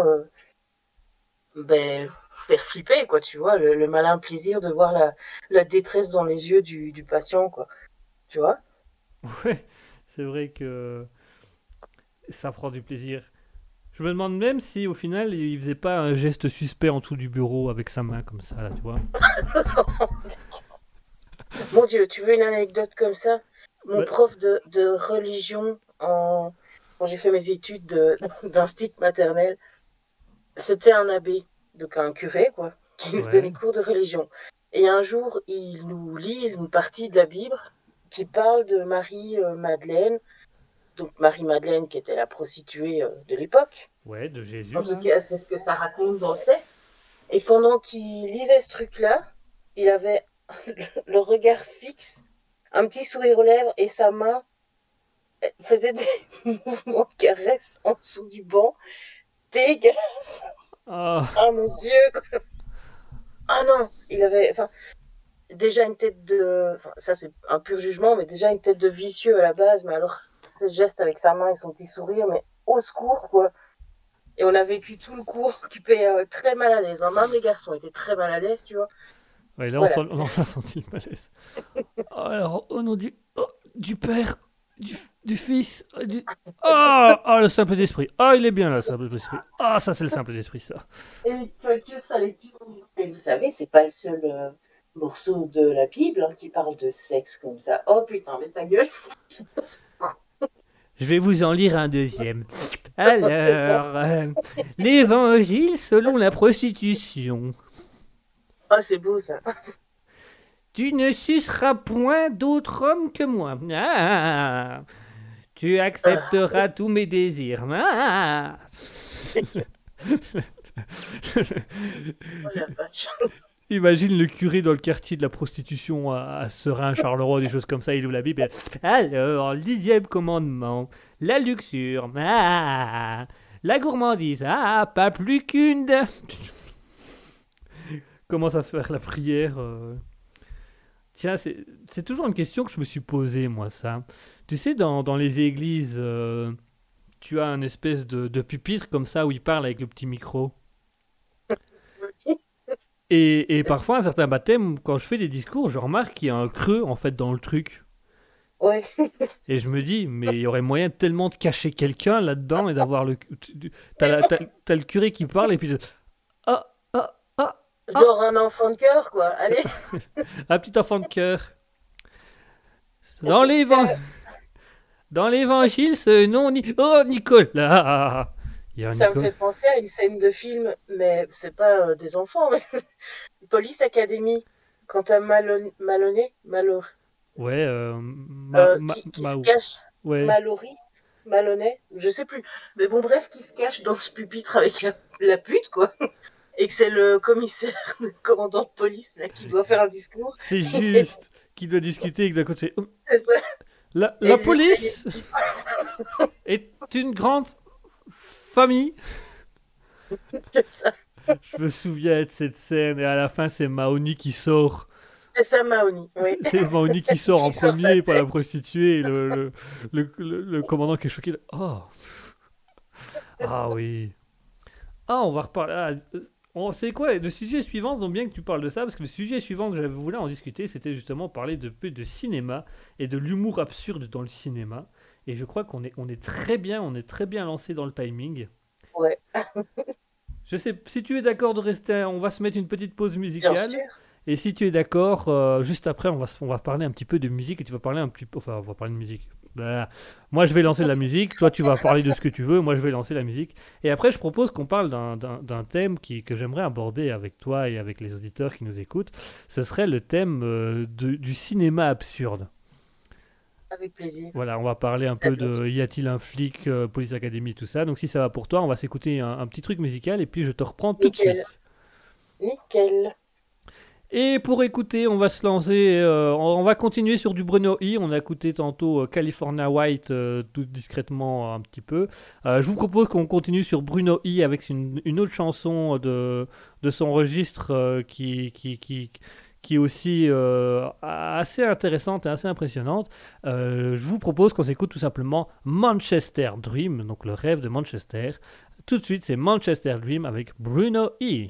faire flipper, quoi, tu vois, le malin plaisir de voir la détresse dans les yeux du patient, quoi. Tu vois? Ouais, c'est vrai que ça prend du plaisir. Je me demande même si au final il faisait pas un geste suspect en dessous du bureau avec sa main comme ça, là, tu vois. Mon Dieu, tu veux une anecdote comme ça? Mon Ouais. prof de religion quand j'ai fait mes études d'instit maternel, c'était un abbé, donc un curé, quoi, qui nous donnait cours de religion. Et un jour, il nous lit une partie de la Bible qui parle de Marie-Madeleine, donc Marie-Madeleine qui était la prostituée de l'époque. Ouais, de Jésus. En tout cas, c'est ce que ça raconte dans le texte. Et pendant qu'il lisait ce truc-là, il avait le regard fixe, un petit sourire aux lèvres, et sa main faisait des mouvements de caresse en dessous du banc. Dégueulasse. Oh. Oh mon Dieu, quoi. Ah non, il avait déjà une tête de... ça c'est un pur jugement, mais déjà une tête de vicieux à la base, mais alors ses gestes avec sa main et son petit sourire, mais au secours, quoi. Et on a vécu tout le cours occupé très mal à l'aise. Hein. Même les garçons étaient très mal à l'aise, tu vois. Ouais, là, Voilà. on a senti le malaise. Alors, au nom du Père, du Fils, le simple d'esprit. Ah, il est bien là, le simple d'esprit. Ah, ça, c'est le simple d'esprit, ça. Et lecture, sa lecture. Et vous savez, c'est pas le seul morceau de la Bible qui parle de sexe comme ça. Oh putain, mais ta gueule. Je vais vous en lire un deuxième. Alors, l'évangile selon la prostitution. Oh, c'est beau ça. Tu ne suceras point d'autre homme que moi. Ah, Tu accepteras tous mes désirs. Ah. Oh la vache. Imagine le curé dans le quartier de la prostitution à Serein, Charleroi, des choses comme ça, il ouvre la Bible et... Alors, le 10e commandement, la luxure, la gourmandise, pas plus qu'une... Commence à faire la prière. Tiens, c'est toujours une question que je me suis posée, moi, ça. Tu sais, dans les églises, tu as une espèce de pupitre comme ça où il parle avec le petit micro. Et parfois, à certains baptêmes, quand je fais des discours, je remarque qu'il y a un creux, en fait, dans le truc. Ouais. Et je me dis, mais il y aurait moyen tellement de cacher quelqu'un là-dedans et d'avoir le... T'as le curé qui parle et puis... Ah, ah, ah, Genre un enfant de cœur, quoi. Allez. un petit enfant de cœur. C'est- Dans l'évangile, ce nom... Oh, Nicolas. Il y a un Ça me Nicolas. fait penser à une scène de film, mais c'est pas des enfants. Mais... Police Academy. Quand t'as Maloney, Ouais, qui se cache, ouais. Maloney, je sais plus. Mais bon, bref, qui se cache dans ce pupitre avec la pute, quoi. Et que c'est le commissaire, le commandant de police, là, qui doit faire un discours. C'est juste qui doit discuter et que d'un côté... C'est ça. La Et police est une grande famille. C'est ça. Je me souviens de cette scène et à la fin c'est Mahoney qui sort. C'est ça, Mahoney. Oui. C'est Mahoney qui sort en Qui sort sa premier par la tête. prostituée et le commandant qui est choqué. Oh. Ah oui. Ah, on va reparler. C'est quoi le sujet suivant? Donc bien que tu parles de ça, parce que le sujet suivant que j'avais voulu en discuter, c'était justement parler de cinéma et de l'humour absurde dans le cinéma. Et je crois qu'on est très bien lancé dans le timing. Ouais, Je sais, si tu es d'accord de rester, on va se mettre une petite pause bien musicale. sûr. Et si tu es d'accord, juste après, on va parler un petit peu de musique et tu vas parler un petit peu. Enfin, on va parler de musique. Bah, moi, je vais lancer la musique. Toi, tu vas parler de ce que tu veux. Moi, je vais lancer la musique. Et après, je propose qu'on parle d'un thème que j'aimerais aborder avec toi et avec les auditeurs qui nous écoutent. Ce serait le thème du cinéma absurde. Avec plaisir. Voilà, on va parler un peu de Y a-t-il un flic, Police Academy, tout ça. Donc, si ça va pour toi, on va s'écouter un petit truc musical et puis je te reprends tout de Nickel. suite. Nickel. Et pour écouter, on va se lancer, on va continuer sur du Bruno I. On a écouté tantôt California White tout discrètement un petit peu. Je vous propose qu'on continue sur Bruno I avec une autre chanson de son registre qui est aussi assez intéressante et assez impressionnante. Je vous propose qu'on s'écoute tout simplement Manchester Dream, donc le rêve de Manchester. Tout de suite, c'est Manchester Dream avec Bruno I.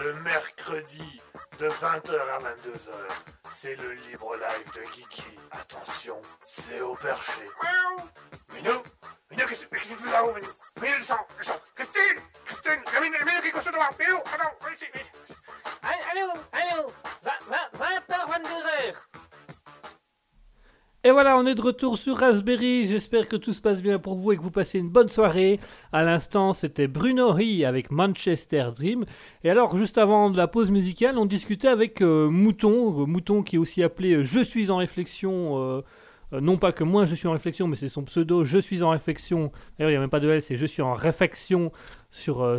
le mercredi de 20h à 22h. C'est le libre live de Guigui. Attention, c'est au perché. Minou, qu'est-ce que tu fais là-haut, Minou? Minou, le sang. Christine, Minou qui couche devant. Minou, attends, viens ici. Allô, 20h, 22h. Et voilà, on est de retour sur Raspberry. J'espère que tout se passe bien pour vous et que vous passez une bonne soirée. À l'instant, c'était Bruno Ri avec Manchester Dream. Et alors, juste avant de la pause musicale, on discutait avec Mouton qui est aussi appelé Je suis en réflexion. Non pas que moi je suis en réflexion, mais c'est son pseudo Je suis en réflexion. D'ailleurs, il n'y a même pas de L, c'est Je suis en réflexion sur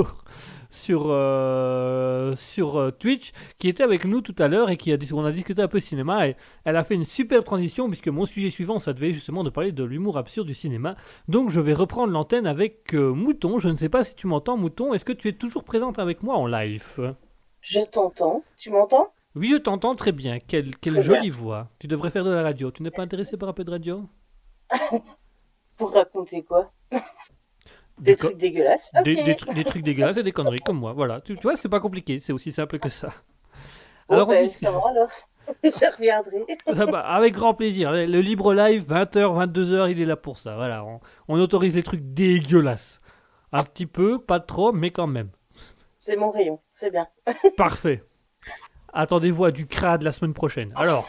Twitch, qui était avec nous tout à l'heure et on a discuté un peu cinéma, et elle a fait une super transition puisque mon sujet suivant, ça devait justement de parler de l'humour absurde du cinéma. Donc je vais reprendre l'antenne avec Mouton. Je ne sais pas si tu m'entends, Mouton. Est-ce que tu es toujours présente avec moi en live? Je t'entends. Tu m'entends? Oui, je t'entends très bien. Quelle jolie voix. Tu devrais faire de la radio. Tu n'es pas intéressé par un peu de radio? Pour raconter quoi? Des trucs dégueulasses. Des trucs dégueulasses et des conneries comme moi. Voilà. Tu vois, c'est pas compliqué. C'est aussi simple que ça. Alors, ça va alors. Je reviendrai. Avec grand plaisir. Le libre live, 20h, 22h, il est là pour ça. Voilà. On autorise les trucs dégueulasses. Un petit peu, pas trop, mais quand même. C'est mon rayon. C'est bien. Parfait. Attendez-vous à du crade la semaine prochaine. Alors.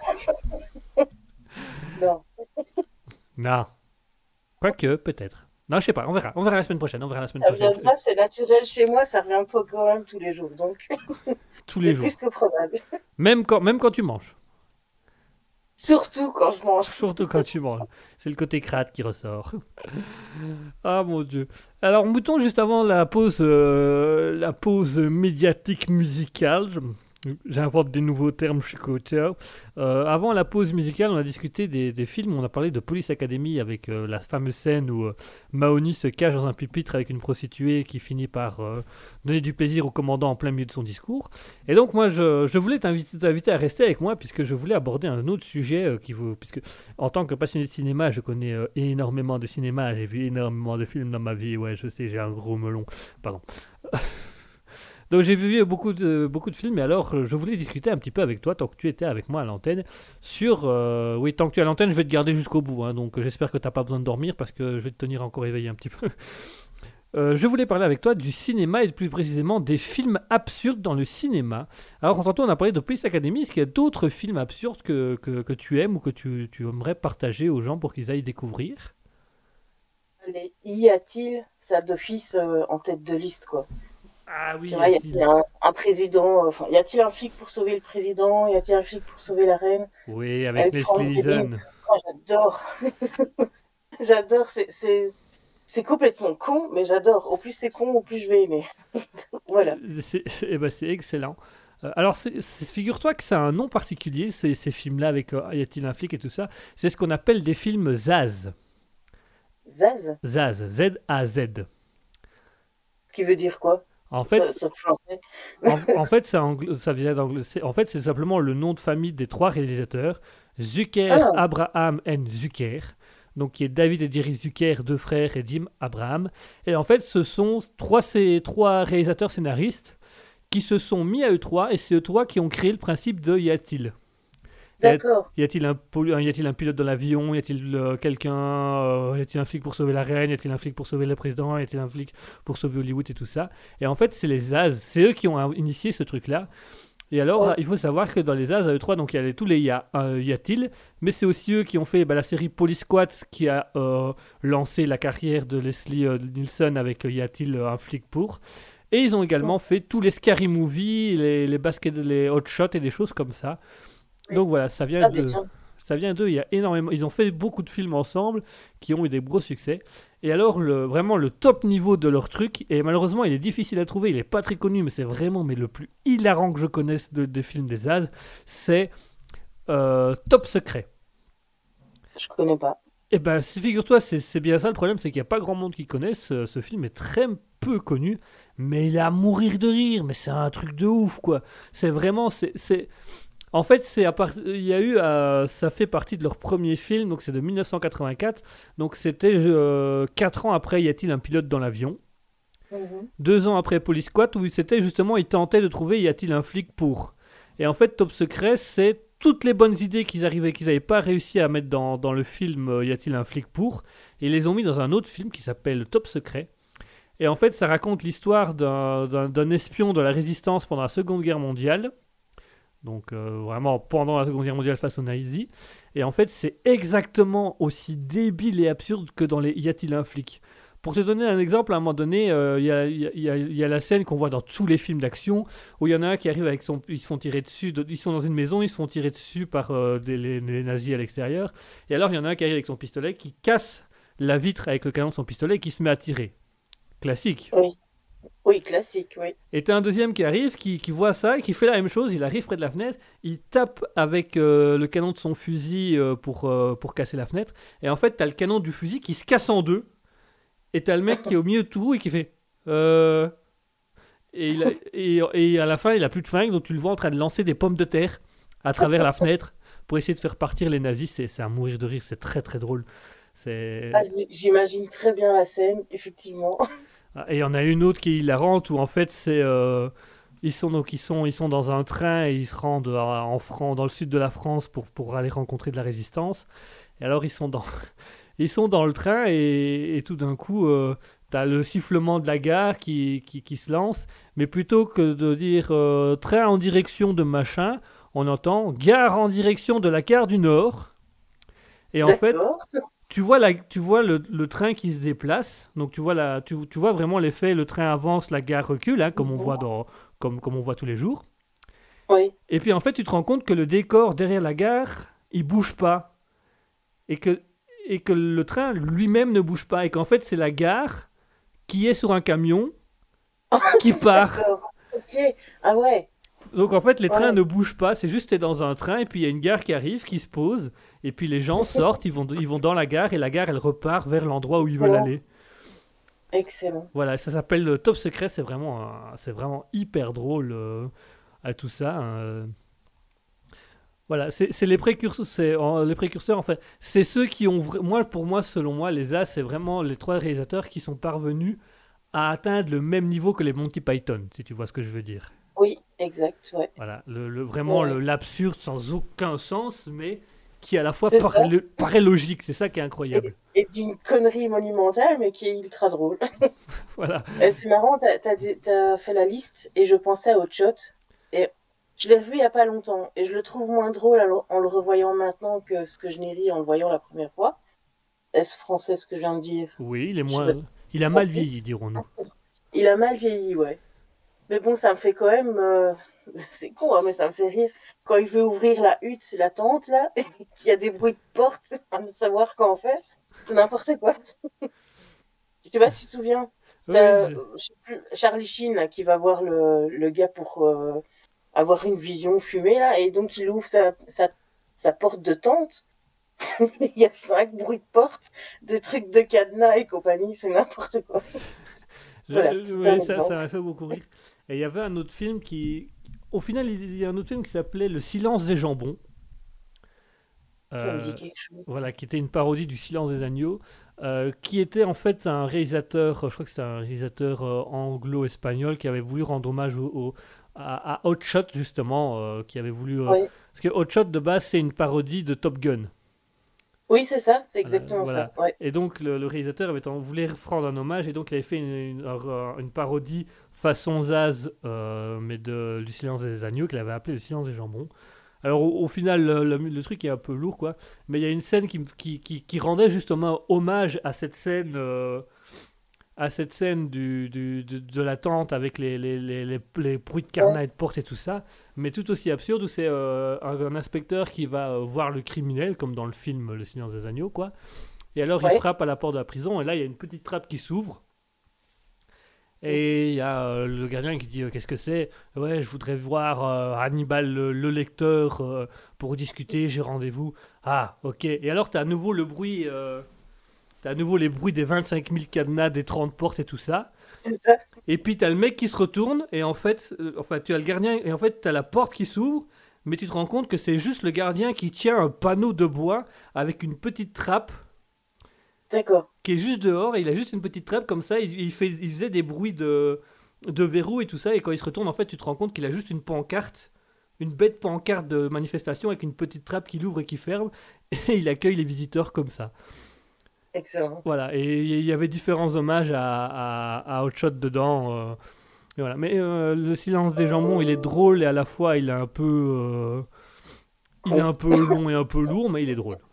Non. Quoique, peut-être. Non, je sais pas, on verra la semaine prochaine. Ça viendra, c'est naturel chez moi, ça revient toi quand même tous les jours, donc tous les jours. C'est plus que probable. Même quand tu manges. Surtout quand je mange. Surtout quand tu manges. C'est le côté crade qui ressort. Ah mon Dieu. Alors, Mouton, juste avant la pause médiatique musicale, j'invente des nouveaux termes, je suis coach. Avant la pause musicale, on a discuté des films. On a parlé de Police Academy avec la fameuse scène où Mahoney se cache dans un pupitre avec une prostituée qui finit par donner du plaisir au commandant en plein milieu de son discours. Et donc moi, je voulais t'inviter à rester avec moi puisque je voulais aborder un autre sujet puisque en tant que passionné de cinéma, je connais énormément de cinéma. J'ai vu énormément de films dans ma vie. Ouais, je sais, j'ai un gros melon. Pardon. Donc j'ai vu beaucoup de films, et alors je voulais discuter un petit peu avec toi, tant que tu étais avec moi à l'antenne, sur... oui, tant que tu es à l'antenne, je vais te garder jusqu'au bout, hein, donc j'espère que tu n'as pas besoin de dormir, parce que je vais te tenir encore éveillé un petit peu. Je voulais parler avec toi du cinéma, et plus précisément des films absurdes dans le cinéma. Alors tantôt on a parlé de Police Academy, est-ce qu'il y a d'autres films absurdes que tu aimes, ou que tu aimerais partager aux gens pour qu'ils aillent découvrir? Allez, y a-t-il ça d'office en tête de liste, quoi? Ah oui, tu vois, y a-t-il un président, y a-t-il un flic pour sauver le président? Y a-t-il un flic pour sauver la reine? Oui, avec Leslie Nielsen. Oh, j'adore. J'adore, c'est complètement con, mais j'adore. Au plus c'est con, au plus je vais aimer. Voilà. C'est excellent. Alors, figure-toi que c'est un nom particulier, ces films-là avec Y a-t-il un flic et tout ça. C'est ce qu'on appelle des films Zaz. Zaz? Zaz, Z-A-Z. Ce qui veut dire quoi? En fait, c'est français. en fait, ça vient d'anglais. En fait, c'est simplement le nom de famille des trois réalisateurs, Zucker, Abraham et Zucker. Donc, qui est David et Jerry Zucker, deux frères, et Jim Abraham. Et en fait, ce sont ces trois réalisateurs scénaristes qui se sont mis à eux trois, et c'est eux trois qui ont créé le principe de Y a-t-il. D'accord. Y a-t-il un pilote dans l'avion? Y a-t-il quelqu'un? Y a-t-il un flic pour sauver la reine? Y a-t-il un flic pour sauver le président? Y a-t-il un flic pour sauver Hollywood et tout ça? Et en fait, c'est les Zaz. C'est eux qui ont initié ce truc-là. Et alors, il faut savoir que dans les Zaz, à eux trois, donc il y a tous les Y a-t-il, mais c'est aussi eux qui ont fait la série Police Squad qui a lancé la carrière de Leslie Nielsen avec Y a-t-il un flic pour. Et ils ont également fait tous les Scary Movie, les Hot Shots et des choses comme ça. Donc voilà, ça vient d'eux. Il y a énormément. Ils ont fait beaucoup de films ensemble qui ont eu des gros succès. Et alors, vraiment le top niveau de leur truc, et malheureusement, il est difficile à trouver, il n'est pas très connu, mais c'est vraiment le plus hilarant que je connaisse des films des Zaz, c'est Top Secret. Je connais pas. Eh ben, figure-toi, c'est bien ça le problème, c'est qu'il n'y a pas grand monde qui connaisse. Ce film est très peu connu, mais il est à mourir de rire. Mais c'est un truc de ouf, quoi. C'est vraiment... En fait, il y a eu, ça fait partie de leur premier film, donc c'est de 1984. Donc c'était 4 ans après Y a-t-il un pilote dans l'avion. Mhm. 2 ans après Police Squad, où c'était justement, ils tentaient de trouver y a-t-il un flic pour. Et en fait, Top Secret, c'est toutes les bonnes idées qu'ils n'avaient pas réussi à mettre dans le film Y a-t-il un flic pour, et ils les ont mis dans un autre film qui s'appelle Top Secret. Et en fait, ça raconte l'histoire d'un espion de la résistance pendant la Seconde Guerre mondiale. Donc vraiment pendant la Seconde Guerre mondiale face aux nazis. Et en fait, c'est exactement aussi débile et absurde que dans les Y a-t-il un flic. Pour te donner un exemple, à un moment donné, il y a la scène qu'on voit dans tous les films d'action, où il y en a un qui arrive avec son... Ils se font tirer dessus, ils sont dans une maison, ils se font tirer dessus par les nazis à l'extérieur. Et alors, il y en a un qui arrive avec son pistolet, qui casse la vitre avec le canon de son pistolet et qui se met à tirer. Classique. Oui. Oui, classique, oui. Et t'as un deuxième qui arrive, qui voit ça, et qui fait la même chose, il arrive près de la fenêtre, il tape avec le canon de son fusil pour casser la fenêtre, et en fait t'as le canon du fusil qui se casse en deux, et t'as le mec qui est au milieu de tout et qui fait et à la fin il a plus de flingue, donc tu le vois en train de lancer des pommes de terre à travers la fenêtre pour essayer de faire partir les nazis. C'est à mourir de rire, c'est très très drôle. C'est... Ah, j'imagine très bien la scène, effectivement. Et il y en a une autre qui est hilarante où en fait c'est ils sont dans un train et ils se rendent dans le sud de la France pour aller rencontrer de la résistance. Et alors ils sont dans le train et tout d'un coup t'as le sifflement de la gare qui se lance, mais plutôt que de dire train en direction de machin, on entend gare en direction de la gare du Nord. Et en fait, D'accord. tu vois le train qui se déplace, donc tu vois vraiment l'effet, le train avance, la gare recule, hein, comme on voit comme on voit tous les jours. Oui. Et puis en fait, tu te rends compte que le décor derrière la gare, il bouge pas, et que le train lui-même ne bouge pas, et qu'en fait c'est la gare qui est sur un camion qui part. D'accord. Ok. Ah ouais. Donc en fait, les trains Ouais. ne bougent pas, c'est juste t'es dans un train et puis il y a une gare qui arrive, qui se pose, et puis les gens sortent, ils vont dans la gare et la gare elle repart vers l'endroit où ils veulent Excellent. aller. Excellent. Voilà, ça s'appelle le Top Secret, c'est vraiment hyper drôle à tout ça. Voilà, c'est les précurseurs, les précurseurs en fait, c'est ceux qui ont pour moi, selon moi, les As, c'est vraiment les 3 réalisateurs qui sont parvenus à atteindre le même niveau que les Monty Python, si tu vois ce que je veux dire. Oui, exact, ouais. Voilà, vraiment Ouais. l'absurde sans aucun sens, mais qui à la fois C'est ça. paraît logique, c'est ça qui est incroyable. Et d'une connerie monumentale, mais qui est ultra drôle. Voilà. Et c'est marrant, t'as fait la liste et je pensais à Hot Shot. Et je l'ai revu il y a pas longtemps. Et je le trouve moins drôle en le revoyant maintenant que ce que je n'ai ri en le voyant la première fois. Est-ce français ce que je viens de dire? Oui, Je sais pas si il a c'est mal compris. vieilli, dirons-nous. Il a mal vieilli, ouais. Mais bon, ça me fait quand même... c'est con, hein, mais ça me fait rire. Quand il veut ouvrir la hutte, la tente, là, et qu'il y a des bruits de porte, à ne savoir quoi en faire. C'est n'importe quoi. Je sais pas si tu te souviens. T'as, Ouais, je sais plus, Charlie Sheen, là, qui va voir le gars pour avoir une vision fumée, là, et donc il ouvre sa porte de tente. Il y a 5 bruits de porte, de trucs de cadenas et compagnie, c'est n'importe quoi. Voilà, c'est un oui, ça exemple. m'a fait beaucoup rire. Et il y avait un autre film au final, il y a un autre film qui s'appelait Le Silence des Jambons. Ça me Euh, dit quelque chose. voilà, qui était une parodie du Silence des Agneaux, qui était en fait un réalisateur, je crois que c'était un réalisateur anglo-espagnol qui avait voulu rendre hommage à Hot Shot justement, qui avait voulu... Oui, parce que Hot Shot de base c'est une parodie de Top Gun. oui, c'est ça, c'est Voilà, exactement voilà. ça. Ouais. Et donc le réalisateur voulait rendre un hommage et donc il avait fait une parodie façon Zaz, mais du Silence des Agneaux qu'il avait appelé Le Silence des Jambons. Alors au final le truc est un peu lourd quoi, mais il y a une scène qui rendait justement hommage à cette scène de la tente avec les bruits de Ouais. carnat et de porte et tout ça, mais tout aussi absurde où c'est un inspecteur qui va voir le criminel comme dans le film Le Silence des Agneaux quoi. Et alors il Ouais. frappe à la porte de la prison et là il y a une petite trappe qui s'ouvre. Et il y a le gardien qui dit qu'est-ce que c'est? Ouais, je voudrais voir Hannibal le lecteur pour discuter, j'ai rendez-vous. Ah, ok. Et alors t'as à nouveau t'as à nouveau les bruits des 25 000 cadenas, des 30 portes et tout ça. C'est ça. Et puis t'as le mec qui se retourne et en fait, enfin tu as le gardien et en fait t'as la porte qui s'ouvre, mais tu te rends compte que c'est juste le gardien qui tient un panneau de bois avec une petite trappe. D'accord. qui est juste dehors et il a juste une petite trappe comme ça. Il faisait des bruits de verrou et tout ça. Et quand il se retourne, en fait, tu te rends compte qu'il a juste une pancarte, une bête pancarte de manifestation avec une petite trappe qui l'ouvre et qui ferme. Et il accueille les visiteurs comme ça. Excellent. Voilà. Et il y avait différents hommages à Hot Shot dedans. Et voilà. Mais le silence des jambons, il est drôle et à la fois il est un peu long et un peu lourd, mais il est drôle.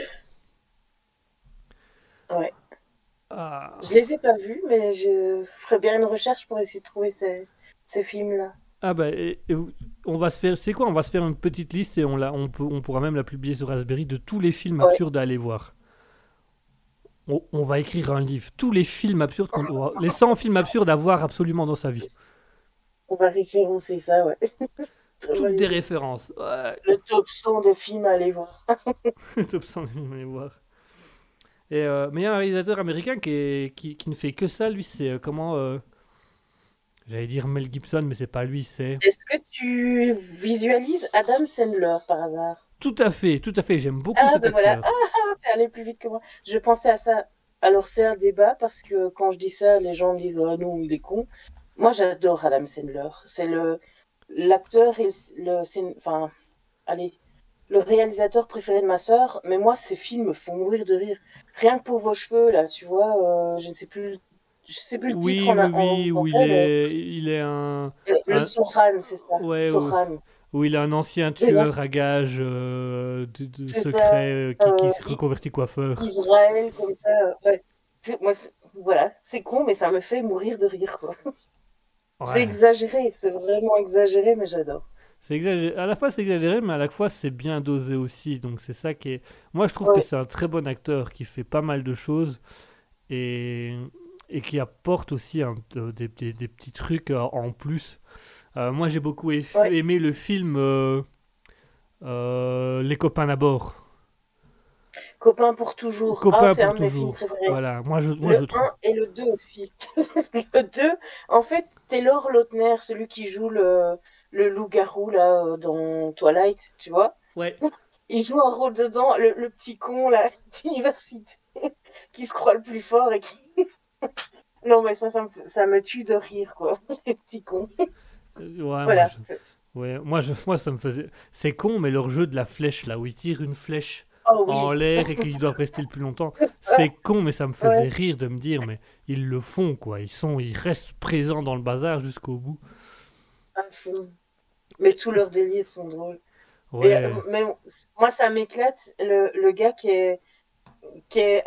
Ouais. Ah. Je les ai pas vus, mais je ferais bien une recherche pour essayer de trouver ces films-là. Ah bah, on va se faire, c'est quoi? On va se faire une petite liste et on pourra même la publier sur Raspberry de tous les films Ouais. absurdes à aller voir. On va écrire un livre, tous les films absurdes les 100 films absurdes à voir absolument dans sa vie. On va référencer ça, ouais. Toutes des références. Ouais. Le top 100 de films à aller voir. Top 100 films à aller voir. Et, mais il y a un réalisateur américain qui ne fait que ça, lui, c'est j'allais dire Mel Gibson, mais c'est pas lui, c'est... Est-ce que tu visualises Adam Sandler par hasard? Tout à fait, j'aime beaucoup Ah, cet ben acteur. voilà. Ah, t'es allé plus vite que moi. Je pensais à ça. Alors, c'est un débat parce que quand je dis ça, les gens me disent oh non, il est con. Moi, j'adore Adam Sandler. C'est l'acteur et enfin, allez, le réalisateur préféré de ma sœur. Mais moi, ces films me font mourir de rire. Rien que pour vos cheveux, là, tu vois, je ne sais plus le Oui, titre où il est le Sohan, c'est ça. Ouais, Sohan. où il est un ancien Et là, tueur à gages de c'est ça. secret qui se reconvertit coiffeur. Israël, comme ça. Ouais. Voilà, c'est con, mais ça me fait mourir de rire, quoi. C'est Ouais. exagéré, c'est vraiment exagéré, mais j'adore. C'est exagéré. À la fois c'est exagéré, mais à la fois c'est bien dosé aussi. Donc c'est ça qui est. Moi je trouve que Ouais. c'est un très bon acteur qui fait pas mal de choses et, et qui apporte aussi des petits trucs en plus. Moi j'ai beaucoup Ouais. aimé le film Les copains d'abord. Copain pour toujours. Copains C'est un pour de mes films toujours. préférés. Voilà, moi je Le trouve. 1 et le 2 aussi. Le 2, en fait, Taylor Lautner, celui qui joue le loup-garou là dans Twilight, tu vois, Ouais. il joue un rôle dedans, le petit con là d'université qui se croit le plus fort et qui... Non mais ça me tue de rire quoi, les petits cons. Ouais, Voilà. moi ça me faisait. C'est con, mais leur jeu de la flèche là où ils tirent une flèche Oh en oui, l'air et qu'ils doivent rester le plus longtemps. c'est ça. C'est con, mais ça me faisait Ouais. rire de me dire, mais ils le font quoi. Ils restent présents dans le bazar jusqu'au bout. À fond. Mais tous leurs délires sont drôles. Ouais. Mais moi, ça m'éclate, le gars qui est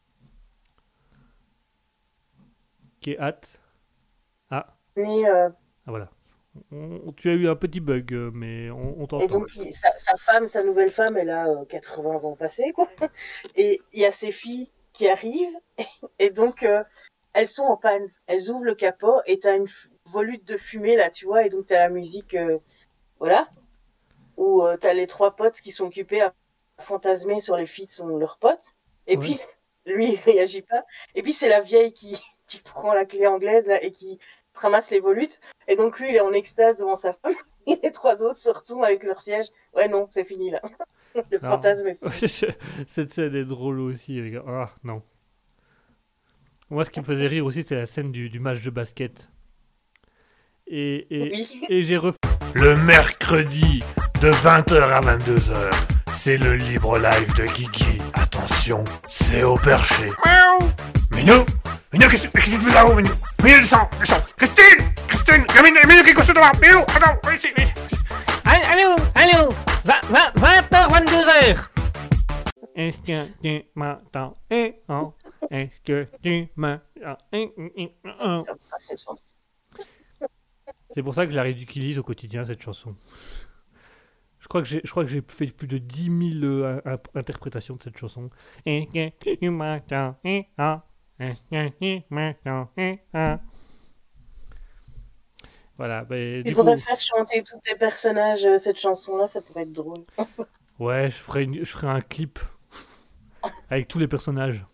Qui est hâte. Ah, atteint, voilà. Tu as eu un petit bug, mais on et t'entend. donc sa nouvelle femme, elle a 80 ans passés, quoi. Et il y a ses filles qui arrivent, et donc elles sont en panne. Elles ouvrent le capot, et t'as une volute de fumée, là, tu vois, et donc t'as la musique, voilà, où t'as les trois potes qui sont occupés à fantasmer sur les filles de leurs potes, et Ouais. puis lui, il réagit pas. Et puis c'est la vieille qui prend la clé anglaise, là, et qui se ramasse les volutes. Et donc lui, il est en extase devant sa femme. Et les trois autres se retournent avec leur siège. Ouais, non, c'est fini, là. Le Non. fantasme est fini. Cette scène est drôle aussi, les gars. Ah, non. Moi, ce qui me faisait rire aussi, c'était la scène du match de basket. Et Oui. j'ai refait. Le mercredi de 20h à 22h, c'est le libre live de Guigui. Attention, c'est au perché. Minou, qu'est-ce que tu fais là-haut, Minou? Minou, descends. Christine, Minou, qu'est-ce que tu fais? Minou, attends, viens ici. Allô, 20h, 22h. Est-ce que tu m'entends? Est-ce que tu m'entends? Ah, cette chanson. C'est pour ça que je la ridiculise au quotidien, cette chanson. Je crois que j'ai fait plus de 10 000 interprétations de cette chanson. Est-ce que tu m'entends? Est-ce que tu m'entends? Voilà, ben, Tu du coup, pourrais faire chanter tous tes personnages cette chanson-là, ça pourrait être drôle. ouais, je ferai un clip avec tous les personnages.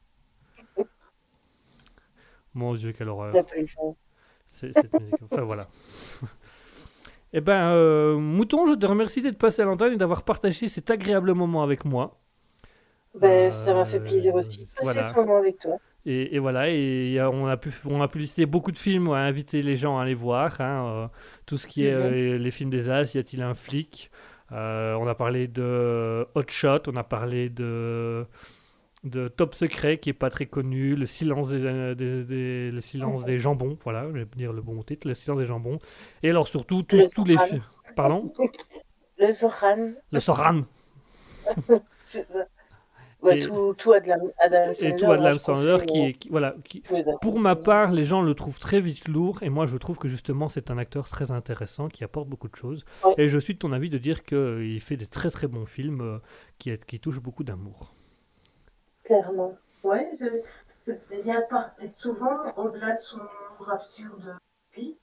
Mon Dieu, quelle horreur. Ça peut le faire. Cette musique. Enfin, voilà. Eh ben, Mouton, je te remercie d'être passé à l'antenne et d'avoir partagé cet agréable moment avec moi. Ben, ça m'a fait plaisir aussi de passer Voilà. ce moment avec toi. Et voilà, et on a pu lister beaucoup de films, à inviter les gens à aller voir. Tout ce qui est les films des As, y a-t-il un flic? On a parlé de Hot Shot, on a parlé de Top Secret qui est pas très connu, Le silence le silence des jambons, voilà, je vais dire le bon titre, Le silence des jambons. Et alors surtout tous les Zoran. films. Pardon? Le Zoran, Le Soran. c'est ça. Ouais, Et- tout Adam Et Sandler. tout Adam je Sandler conseille, voilà, tous les acteurs pour sont ma bien. part, les gens le trouvent très vite lourd, et moi je trouve que justement c'est un acteur très intéressant qui apporte beaucoup de choses. Ouais. Et je suis de ton avis de dire qu'il fait des très très bons films qui touchent beaucoup d'amour. Clairement. Ouais, il y a et souvent, au-delà de son humour absurde, lui,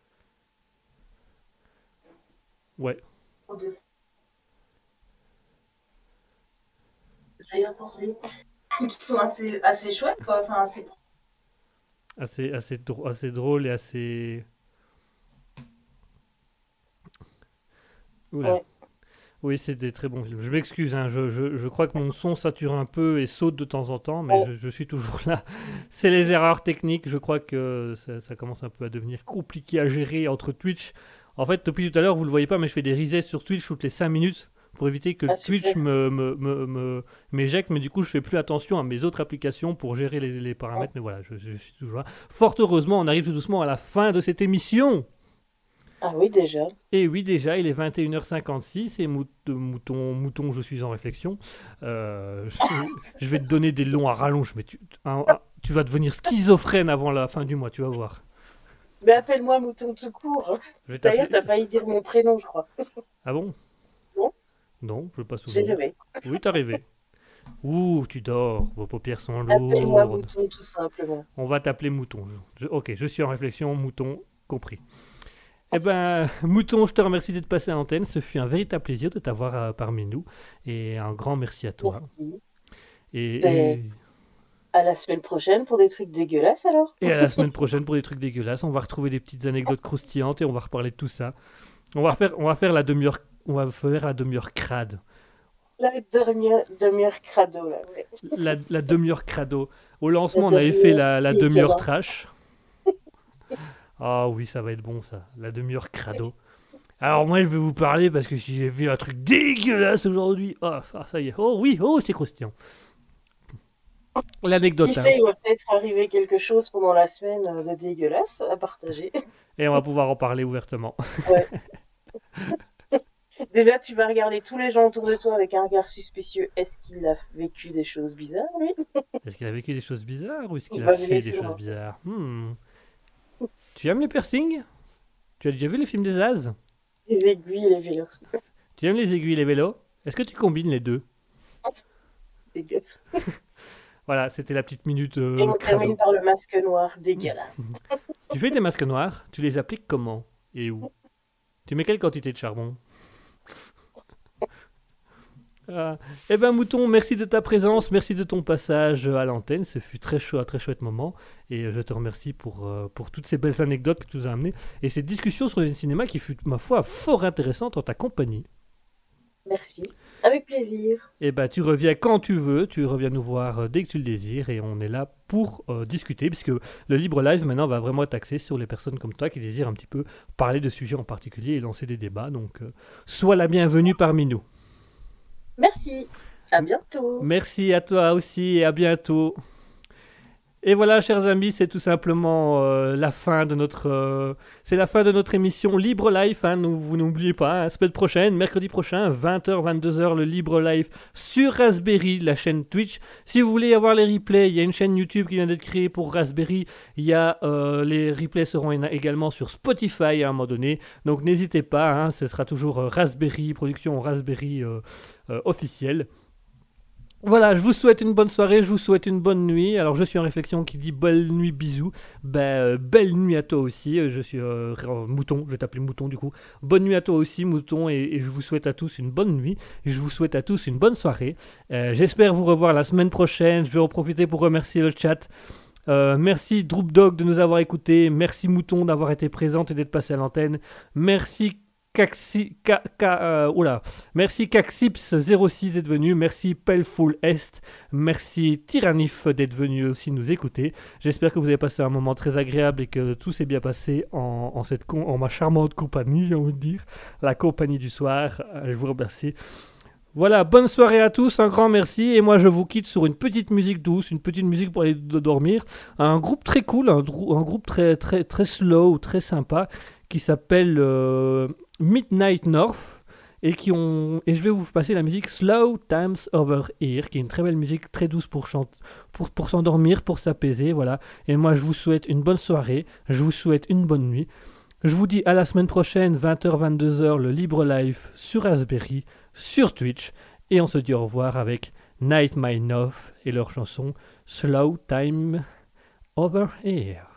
Ouais, ou de d'ailleurs pour lui, qui sont assez chouettes, quoi. Enfin, assez. assez drôle et assez. Oula. Ouais. Oui, c'est des très bons films. Je m'excuse, hein, je crois que mon son sature un peu et saute de temps en temps, mais Ouais. je suis toujours là. C'est les erreurs techniques. Je crois que ça commence un peu à devenir compliqué à gérer entre Twitch. En fait, depuis tout à l'heure, vous le voyez pas, mais je fais des resets sur Twitch toutes les 5 minutes pour éviter que Ah, Twitch super. m'éjecte, mais du coup, je fais plus attention à mes autres applications pour gérer les paramètres. Mais voilà, je suis toujours là. Fort heureusement, on arrive tout doucement à la fin de cette émission. Ah oui, déjà. Et oui, déjà, il est 21h56 et mouton, je suis en réflexion. Je vais te donner des longs à rallonge, mais tu vas devenir schizophrène avant la fin du mois, tu vas voir. Mais appelle-moi Mouton tout court. Je vais D'ailleurs, t'appeler. t'as failli dire mon prénom, je crois. Ah bon? Non. Non, je veux pas J'ai souvenir. rêvé. Oui, t'as rêvé. Ouh, tu dors, vos paupières sont Appelle-moi lourdes. Mouton, tout simplement. On va t'appeler Mouton. Ok, je suis en réflexion, Mouton, compris. Eh ben, Mouton, je te remercie d'être passé à l'antenne. Ce fut un véritable plaisir de t'avoir parmi nous. Et un grand merci à toi. Merci. Et, Ben, et, À la semaine prochaine pour des trucs dégueulasses, alors. et à la semaine prochaine pour des trucs dégueulasses. On va retrouver des petites anecdotes croustillantes et on va reparler de tout ça. On va faire la demi-heure. On va faire la demi-heure crade. La demi-heure crado, là. Ouais. La demi-heure crado. Au lancement, La on avait fait demi-heure la demi-heure dégueulasse. trash. Ah oui, ça va être bon ça. La demi-heure crado. Alors moi, je vais vous parler parce que si j'ai vu un truc dégueulasse aujourd'hui. Ça y est. Oh oui, c'est croustillant. L'anecdote. Qui Hein. sait, il va peut-être arriver quelque chose pendant la semaine de dégueulasse à partager. Et on va pouvoir en parler ouvertement. Ouais. Déjà, tu vas regarder tous les gens autour de toi avec un regard suspicieux. Est-ce qu'il a vécu des choses bizarres, lui? Est-ce qu'il a vécu des choses bizarres ou est-ce qu'il Il a va fait vous des laisser choses voir. bizarres? Tu aimes les piercings? Tu as déjà vu les films des As? Les aiguilles et les vélos. Tu aimes les aiguilles et les vélos? Est-ce que tu combines les deux? Dégueulasse. Voilà, c'était la petite minute Et on crado. termine par le masque noir. Dégueulasse. Tu fais des masques noirs, tu les appliques comment? Et où? Tu mets quelle quantité de charbon? Eh ben Mouton, merci de ta présence, merci de ton passage à l'antenne, ce fut un très chouette moment et je te remercie pour toutes ces belles anecdotes que tu nous as amenées et cette discussion sur le cinéma qui fut, ma foi, fort intéressante en ta compagnie. Merci. Avec plaisir. Eh ben tu reviens quand tu veux, tu reviens nous voir dès que tu le désires et on est là pour discuter puisque le Libre Live maintenant va vraiment être axé sur les personnes comme toi qui désirent un petit peu parler de sujets en particulier et lancer des débats, donc sois la bienvenue parmi nous. Merci. À bientôt. Merci à toi aussi et à bientôt. Et voilà, chers amis, c'est tout simplement la fin de notre émission Libre Life. Hein, vous n'oubliez pas, hein, semaine prochaine, mercredi prochain, 20h, 22h, le Libre Life sur Raspberry, la chaîne Twitch. Si vous voulez avoir les replays, il y a une chaîne YouTube qui vient d'être créée pour Raspberry. Il y a les replays seront également sur Spotify à un moment donné. Donc n'hésitez pas, hein, ce sera toujours Raspberry, production Raspberry officielle. Voilà, je vous souhaite une bonne soirée, je vous souhaite une bonne nuit. Alors, je suis en réflexion qui dit bonne nuit, bisous. Belle nuit à toi aussi. Je suis Mouton, je vais t'appeler Mouton du coup. Bonne nuit à toi aussi, Mouton, et je vous souhaite à tous une bonne nuit. Je vous souhaite à tous une bonne soirée. J'espère vous revoir la semaine prochaine. Je vais en profiter pour remercier le chat. Merci Droop Dog de nous avoir écoutés. Merci Mouton d'avoir été présente et d'être passé à l'antenne. Merci Merci Caxips06 d'être venu, merci Pelful Est, merci Tyrannif d'être venu aussi nous écouter. J'espère que vous avez passé un moment très agréable et que tout s'est bien passé en ma charmante compagnie, j'ai envie de dire, la compagnie du soir. Je vous remercie. Voilà, bonne soirée à tous, un grand merci, et moi je vous quitte sur une petite musique douce, une petite musique pour aller dormir. Un groupe très cool, un groupe très, très, très slow, très sympa, qui s'appelle Midnight North, et je vais vous passer la musique Slow Times Over Here, qui est une très belle musique, très douce pour s'endormir, pour s'apaiser, voilà. Et moi je vous souhaite une bonne soirée, je vous souhaite une bonne nuit. Je vous dis à la semaine prochaine, 20h-22h, le Libre Live sur Raspberry, sur Twitch, et on se dit au revoir avec Night My North et leur chanson Slow Time Over Here.